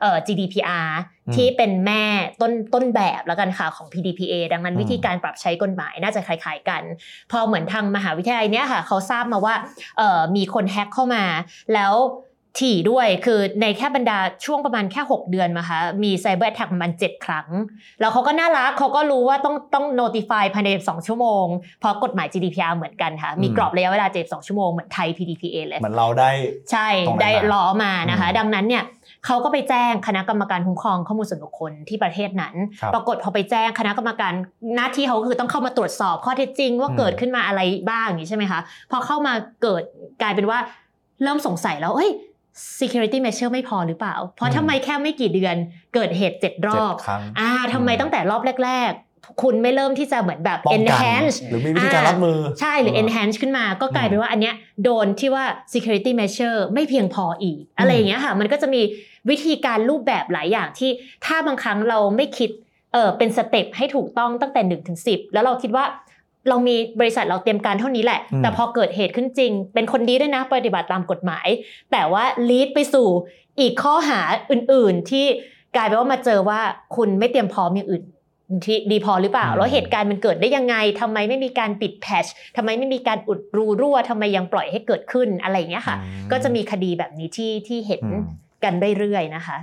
GDPR ที่เป็นแม่ต้นแบบแล้วกันค่ะของ PDPA ดังนั้นวิธีการปรับใช้กฎหมายน่าจะคล้ายๆกันพอเหมือนทางมหาวิทยาลัยเนี้ยค่ะเขาทราบมาว่ามีคนแฮ็กเข้ามาแล้วถี่ด้วยคือในแค่บรรดาช่วงประมาณแค่6เดือนมาค่ะมีไซเบอร์แอทแทคประมาณ7ครั้งแล้วเขาก็น่ารักเขาก็รู้ว่าต้อง notify ภายใน2ชั่วโมงเพราะกฎหมาย GDPR เหมือนกันค่ะมีกรอบระยะเวลา72ชั่วโมงเหมือนไทย PDPA เลยเหมือนเราได้ใช่ได้ล้อมานะคะดังนั้นเนี่ยเขาก็ไปแจ้งคณะกรรมการคุ้มครองข้อมูลส่วนบุคคลที่ประเทศนั้นปรากฏพอไปแจ้งคณะกรรมการหน้าที่เขาคือต้องเข้ามาตรวจสอบข้อเท็จจริงว่าเกิดขึ้นมาอะไรบ้างอย่างนี้ใช่ไหมคะพอเข้ามาเกิดกลายเป็นว่าเริ่มสงสัยแล้วsecurity measure ไม่พอหรือเปล่าเพราะทำไมแค่ไม่กี่เดือนเกิดเหตุ7รอบทำไมตั้งแต่รอบแรกๆคุณไม่เริ่มที่จะเหมือนแบบ enhance หรือมีวิธีการรับมือใช่หรือ enhance ขึ้นมาก็กลายเป็นว่าอันเนี้ยโดนที่ว่า security measure ไม่เพียงพออีกอะไรอย่างเงี้ยค่ะมันก็จะมีวิธีการรูปแบบหลายอย่างที่ถ้าบางครั้งเราไม่คิดเป็นสเต็ปให้ถูกต้องตั้งแต่1ถึง10แล้วเราคิดว่าเรามีบริษัทเราเตรียมการเท่านี้แหละแต่พอเกิดเหตุขึ้นจริงเป็นคนดีด้วยนะปฏิบัติตามกฎหมายแต่ว่าลีดไปสู่อีกข้อหาอื่นๆที่กลายเป็นว่ามาเจอว่าคุณไม่เตรียมพร้อมอย่างอื่นที่ดีพอหรือเปล่าแล้วเหตุการณ์มันเกิดได้ยังไงทำไมไม่มีการปิดแพทช์ทำไมไม่มีการอุดรูรั่วทำไมยังปล่อยให้เกิดขึ้นอะไรอย่างเงี้ยค่ะก็จะมีคดีแบบนี้ที่เห็นกันเรื่อยๆนะคะ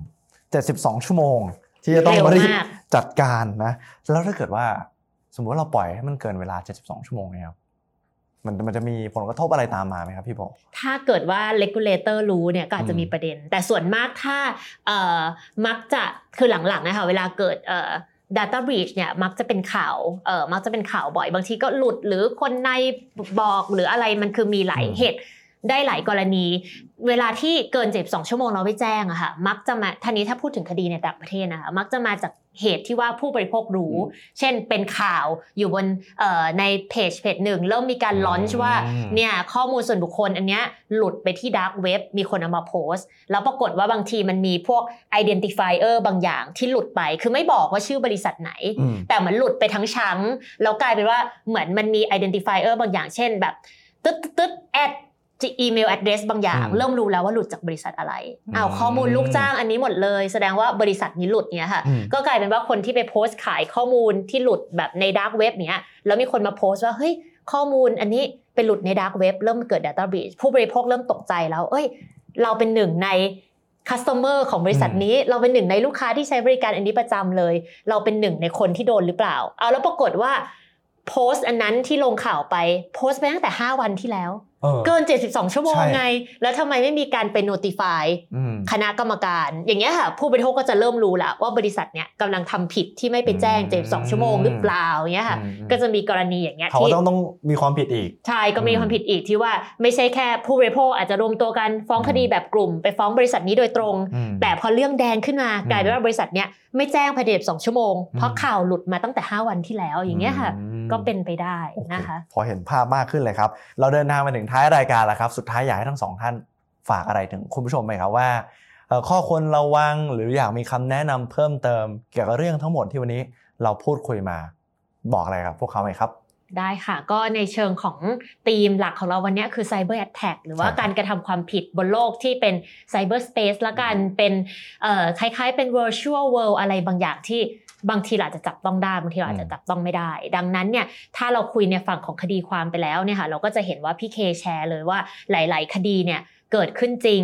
72ชั่วโมงที่จะต้องรีบจัดการนะแล้วถ้าเกิดว่าสมมุติว่าเราปล่อยให้มันเกินเวลา72ชั่วโมงเนี่ยครับมันจะมีผลกระทบอะไรตามมาไหมครับพี่โบถ้าเกิดว่า regulator รู้เนี่ยก็อาจจะมีประเด็นแต่ส่วนมากถ้ามักจะคือหลังๆนะคะเวลาเกิดdata breach เนี่ยมักจะเป็นข่าวบ่อยบางทีก็หลุดหรือคนในบอกหรืออะไรมันคือมีหลายเหตุได้หลายกรณีเวลาที่เกิน72ชั่วโมงเราไม่แจ้งอะค่ะมักจะมาท่านี้ถ้าพูดถึงคดีในต่างประเทศนะคะมักจะมาจากเหตุที่ว่าผู้บริโภครู้เช่นเป็นข่าวอยู่บนในเพจหนึ่งเริ่มมีการลอนช์ว่าเนี่ยข้อมูลส่วนบุคคลอันเนี้ยหลุดไปที่ดาร์กเว็บมีคนเอามาโพสต์แล้วปรากฏว่าบางทีมันมีพวก identifier บางอย่างที่หลุดไปคือไม่บอกว่าชื่อบริษัทไหนแต่มันหลุดไปทั้งชั้นแล้วกลายเป็นว่าเหมือนมันมี identifier บางอย่างเช่นแบบตึ๊ดแอดอีเมลแอดเดรสบางอย่างเริ่มรู้แล้วว่าหลุดจากบริษัทอะไรข้อมูลลูกจ้างอันนี้หมดเลยแสดงว่าบริษัทนี้หลุดเนี่ยค่ะก็กลายเป็นว่าคนที่ไปโพสต์ขายข้อมูลที่หลุดแบบในดาร์กเว็บเนี้ยแล้วมีคนมาโพสต์ว่าเฮ้ยข้อมูลอันนี้ไปหลุดในดาร์กเว็บเริ่มเกิด data breach ผู้บริโภคเริ่มตกใจแล้วเราเป็นหนึ่งในcustomer ของบริษัทนี้เราเป็นหนึ่งในลูกค้าที่ใช้บริการอันนี้ประจำเลยเราเป็นหนึ่งในคนที่โดนหรือเปล่าแล้วปรากฏว่าโพสต์อันนั้นที่ลงข่าวไปโพสต์ไปตั้งแต่5วันที่แล้วเกิน72ชั่วโมงไงแล้วทำไมไม่มีการไป notify คณะกรรมการอย่างเงี้ยค่ะผู้บริโภคก็จะเริ่มรู้แล้วว่าบริษัทเนี้ยกำลังทำผิดที่ไม่ไปแจ้ง72ชั่วโมงหรือเปล่าอย่างเงี้ยค่ะก็จะมีกรณีอย่างเงี้ยที่เขาต้องมีความผิดอีกใช่ก็มีความผิดอีกที่ว่าไม่ใช่แค่ผู้บริโภคอาจจะรวมตัวกันฟ้องคดีแบบกลุ่มไปฟ้องบริษัทนี้โดยตรงแต่พอเรื่องแดงขึ้นมากลายเป็นว่าบริษัทเนี้ยไม่แจ้งภายใน2ชั่วโมงเพราะข่าวหลุดมาตั้งแต่5วันที่แล้วอย่างเงี้ยค่ะก็เป็นไปได้นะคะพอเห็นภาพมากขึ้นเลยครับเราเดินทางมาถึงท้ายรายการแล้วครับสุดท้ายอยากให้ทั้งสองท่านฝากอะไรถึงคุณผู้ชมไหมครับว่าข้อควรระวังหรืออยากมีคำแนะนำเพิ่มเติมเกี่ยวกับเรื่องทั้งหมดที่วันนี้เราพูดคุยมาบอกอะไรครับพวกเขาไหมครับได้ค่ะก็ในเชิงของธีมหลักของเราวันนี้คือ Cyber Attack หรือว่าการกระทำความผิดบนโลกที่เป็น Cyber Space และกันเป็นคล้ายๆเป็น Virtual World อะไรบางอย่างที่บางทีอาจจะจับต้องได้บางทีอาจจะจับต้องไม่ได้ดังนั้นเนี่ยถ้าเราคุยในฝั่งของคดีความไปแล้วเนี่ยค่ะเราก็จะเห็นว่าพี่เคแชร์เลยว่าหลายๆคดีเนี่ยเกิดขึ้นจริง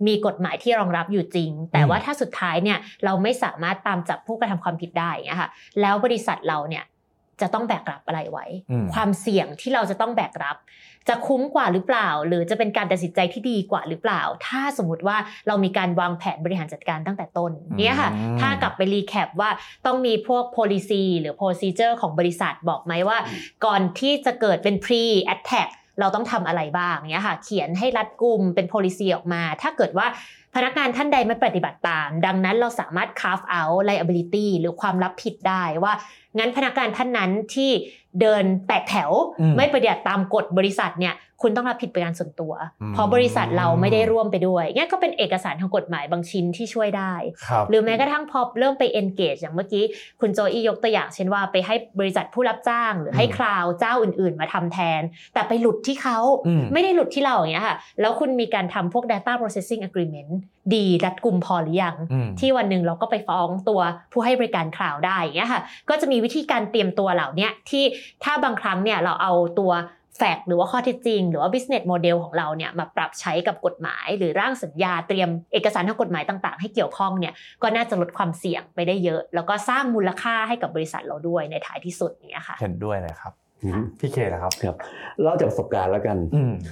มีกฎหมายที่รองรับอยู่จริงแต่ว่าถ้าสุดท้ายเนี่ยเราไม่สามารถตามจับผู้กระทำความผิดได้อย่างเงี้ยค่ะแล้วบริษัทเราเนี่ยจะต้องแบกรับอะไรไว้ความเสี่ยงที่เราจะต้องแบกรับจะคุ้มกว่าหรือเปล่าหรือจะเป็นการตัดสินใจที่ดีกว่าหรือเปล่าถ้าสมมติว่าเรามีการวางแผนบริหารจัดการตั้งแต่ต้นเนี่ยค่ะถ้ากลับไปรีแคปว่าต้องมีพวก policy หรือ procedure ของบริษัทบอกไหมว่าก่อนที่จะเกิดเป็น pre attack เราต้องทำอะไรบ้างเนี่ยค่ะเขียนให้รัดกุมเป็น policy ออกมาถ้าเกิดว่าพนักงานท่านใดไม่ปฏิบัติตามดังนั้นเราสามารถ carve out liability หรือความรับผิดได้ว่างั้นพนักงานท่านนั้นที่เดินแตกแถวไม่ปฏิบัติตามกฎบริษัทเนี่ยคุณต้องรับผิดเป็นการส่วนตัวเพราะบริษัทเราไม่ได้ร่วมไปด้วยงั้นก็เป็นเอกสารทางกฎหมายบางชิ้นที่ช่วยได้หรือแม้กระทั่งพอเริ่มไป engage อย่างเมื่อกี้คุณโจอี้ยกตัวอย่างเช่นว่าไปให้บริษัทผู้รับจ้างหรือให้คลาวเจ้าอื่นๆมาทำแทนแต่ไปหลุดที่เขาไม่ได้หลุดที่เราอย่างเงี้ยค่ะแล้วคุณมีการทำพวก data processing agreement ดีรัดกุมพอหรือยังที่วันนึงเราก็ไปฟ้องตัวผู้ให้บริการคลาวได้อย่างเงี้ยค่ะก็จะมีวิธีการเตรียมตัวเหล่านี้ที่ถ้าบางครั้งเนี่ยเราเอาตัวแฟกต์หรือว่าข้อเท็จจริงหรือว่า business model ของเราเนี่ยมาปรับใช้กับกฎหมายหรือร่างสัญญาเตรียมเอกสารทางกฎหมายต่างๆให้เกี่ยวข้องเนี่ยก็น่าจะลดความเสี่ยงไปได้เยอะแล้วก็สร้างมูลค่าให้กับบริษัทเราด้วยในท้ายที่สุดเนี่ยค่ะเห็นด้วยเลยครับพี่เคนะครับเล่าจากประสบการณ์แล้วกัน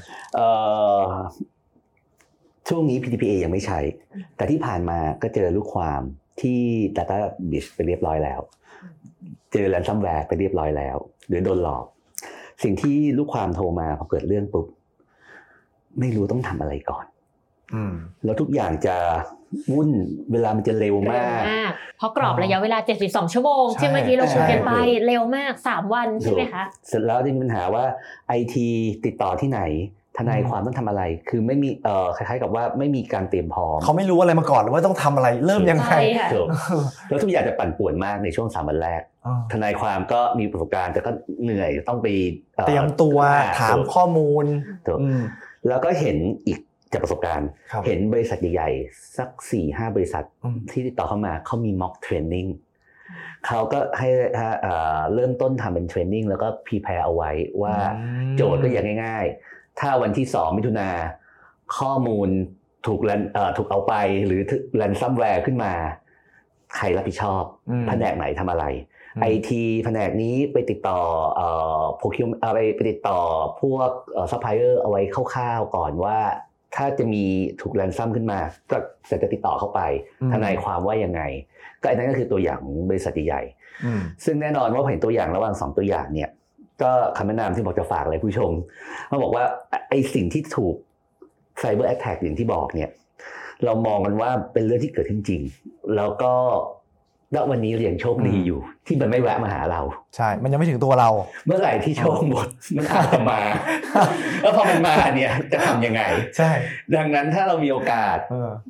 ช่วงนี้ PDPA ยังไม่ใช้แต่ที่ผ่านมาก็เจอลูกความที่ Data Breach ไปเรียบร้อยแล้วเจอ ransomware ไปเรียบร้อยแล้วหรือโดนหลอกสิ่งที่ลูกความโทรมาพอเกิดเรื่องปุ๊บไม่รู้ต้องทำอะไรก่อนแล้วทุกอย่างจะวุ่นเวลามันจะเร็วมากเพราะกรอบระยะเวลา72ชั่วโมงที่เมื่อกี้เราคุยกันไปเร็วมาก3วันใช่ไหมคะเสร็จแล้วจะมีปัญหาว่า IT ติดต่อที่ไหนทนายความต้องทำอะไรคือไม่มีคล้ายๆกับว่าไม่มีการเตรียมพร้อมเขาไม่รู้อะไรมาก่อนว่าต้องทำอะไรเริ่มยังไงแล้วทุกอย่างจะปั่นป่วนมากในช่วง3วันแรกทนายความก็มีประสบการณ์แต่ก็เหนื่อยต้องไปเตรียมตัวถามข้อมูลแล้วก็เห็นอีกจากประสบการณ์เห็นบริษัทใหญ่ๆสัก 4-5 บริษัทที่ติดต่อเข้ามาเขามี mock training เขาก็ให้เริ่มต้นทำเป็นเทรนนิ่งแล้วก็ prepare เอาไว้ว่าโจทย์ก็อย่างง่ายๆถ้าวันที่2มิถุนาข้อมูลถูกเอาไปหรือransomwareขึ้นมาใครรับผิดชอบแผนกไหนทำอะไรIT แผนกนี้ไปติดต่อprocurement ไปติดต่อพวกsupplier เอาไว้คร่าวๆก่อนว่าถ้าจะมีถูกแรนซัมขึ้นมาก็จะติดต่อเข้าไปทนายความว่ายังไงก็อันนั้นก็คือตัวอย่างของบริษัทใหญ่ซึ่งแน่นอนว่าเห็นตัวอย่างระหว่าง2ตัวอย่างเนี่ยก็คำแนะนำที่บอกจะฝากอะไรผู้ชมเขาบอกว่าไอ้สิ่งที่ถูกไซเบอร์แอทแทคอย่างที่บอกเนี่ยเรามองกันว่าเป็นเรื่องที่เกิดขึ้นจริงแล้วก็ณวันนี้เรายังโชคดีอยู่ที่มันไม่แวะมาหาเราใช่มันยังไม่ถึงตัวเราเมื่อไหร่ที่โชคหมดมันอาจจะมาแล้วพอมันมาเนี่ยจะทำยังไงใช่ดังนั้นถ้าเรามีโอกาส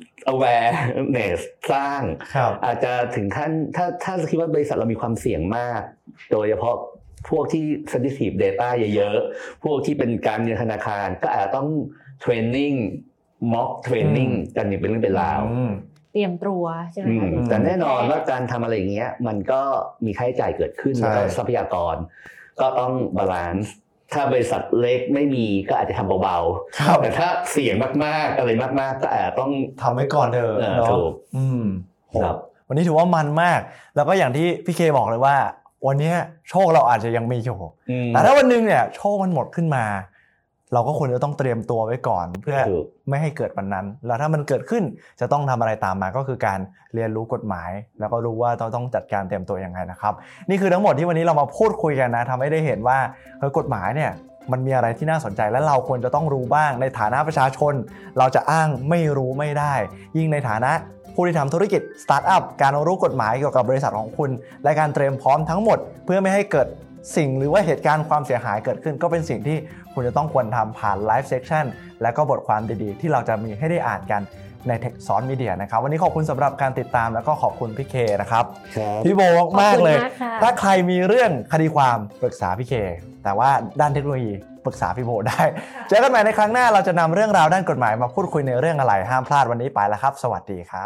awareness สร้างอาจจะถึงขั้นถ้าคิดว่าบริษัทเรามีความเสี่ยงมากโดยเฉพาะพวกที่ sensitive data เยอะๆพวกที่เป็นการเงินธนาคารก็อาจจะต้อง training mock training กันอย่างเป็นเรื่องเป็นราวเตรียมตัวใช่ไหมคะแต่แน่นอนว่าการทำอะไรอย่างเงี้ยมันก็มีค่าใช้จ่ายเกิดขึ้นแล้วก็ทรัพยากรก็ต้องบาลานซ์ถ้าบริษัทเล็กไม่มีก็อาจจะทำเบาๆแต่ถ้าเสี่ยงมากๆอะไรมากๆก็อาจจะต้องทำไว้ก่อนเถอะเนาะครับวันนี้ถือว่ามันมากแล้วก็อย่างที่พี่เคบอกเลยว่าวันนี้โชคเราอาจจะยังมีอยู่แต่ถ้าวันนึงเนี่ยโชคมันหมดขึ้นมาเราก็ควรจะต้องเตรียมตัวไว้ก่อนเพื่อไม่ให้เกิดวันนั้นแล้วถ้ามันเกิดขึ้นจะต้องทำอะไรตามมาก็คือการเรียนรู้กฎหมายแล้วก็รู้ว่าต้องจัดการเตรียมตัวยังไงนะครับนี่คือทั้งหมดที่วันนี้เรามาพูดคุยกันนะทำให้ได้เห็นว่ากฎหมายเนี่ยมันมีอะไรที่น่าสนใจและเราควรจะต้องรู้บ้างในฐานะประชาชนเราจะอ้างไม่รู้ไม่ได้ยิ่งในฐานะผู้ที่ทำธุรกิจสตาร์ทอัพการรู้กฎหมายเกี่ยวกับบริษัทของคุณและการเตรียมพร้อมทั้งหมดเพื่อไม่ให้เกิดสิ่งหรือว่าเหตุการณ์ความเสียหายเกิดขึ้นก็เป็นสิ่งที่คุณจะต้องควรทำผ่านไลฟ์เซสชั่นและก็บทความดีๆที่เราจะมีให้ได้อ่านกันใน Tech Sauce Media นะครับวันนี้ขอบคุณสำหรับการติดตามแล้วก็ขอบคุณพี่เคนะครับพี่โบมากเลยถ้าใครมีเรื่องคดีความปรึกษาพี่เคแต่ว่าด้านเทคโนโลยีปรึกษาพี่โบได้เจอกันใหม่ในครั้งหน้าเราจะนำเรื่องราวด้านกฎหมายมาพูดคุยในเรื่องอะไรห้ามพลาดวันนี้ไปแล้วครับสวัสดีครับ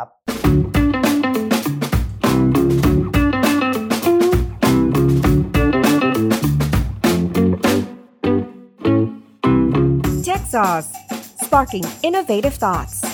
Tech Sauce, sparking innovative thoughts.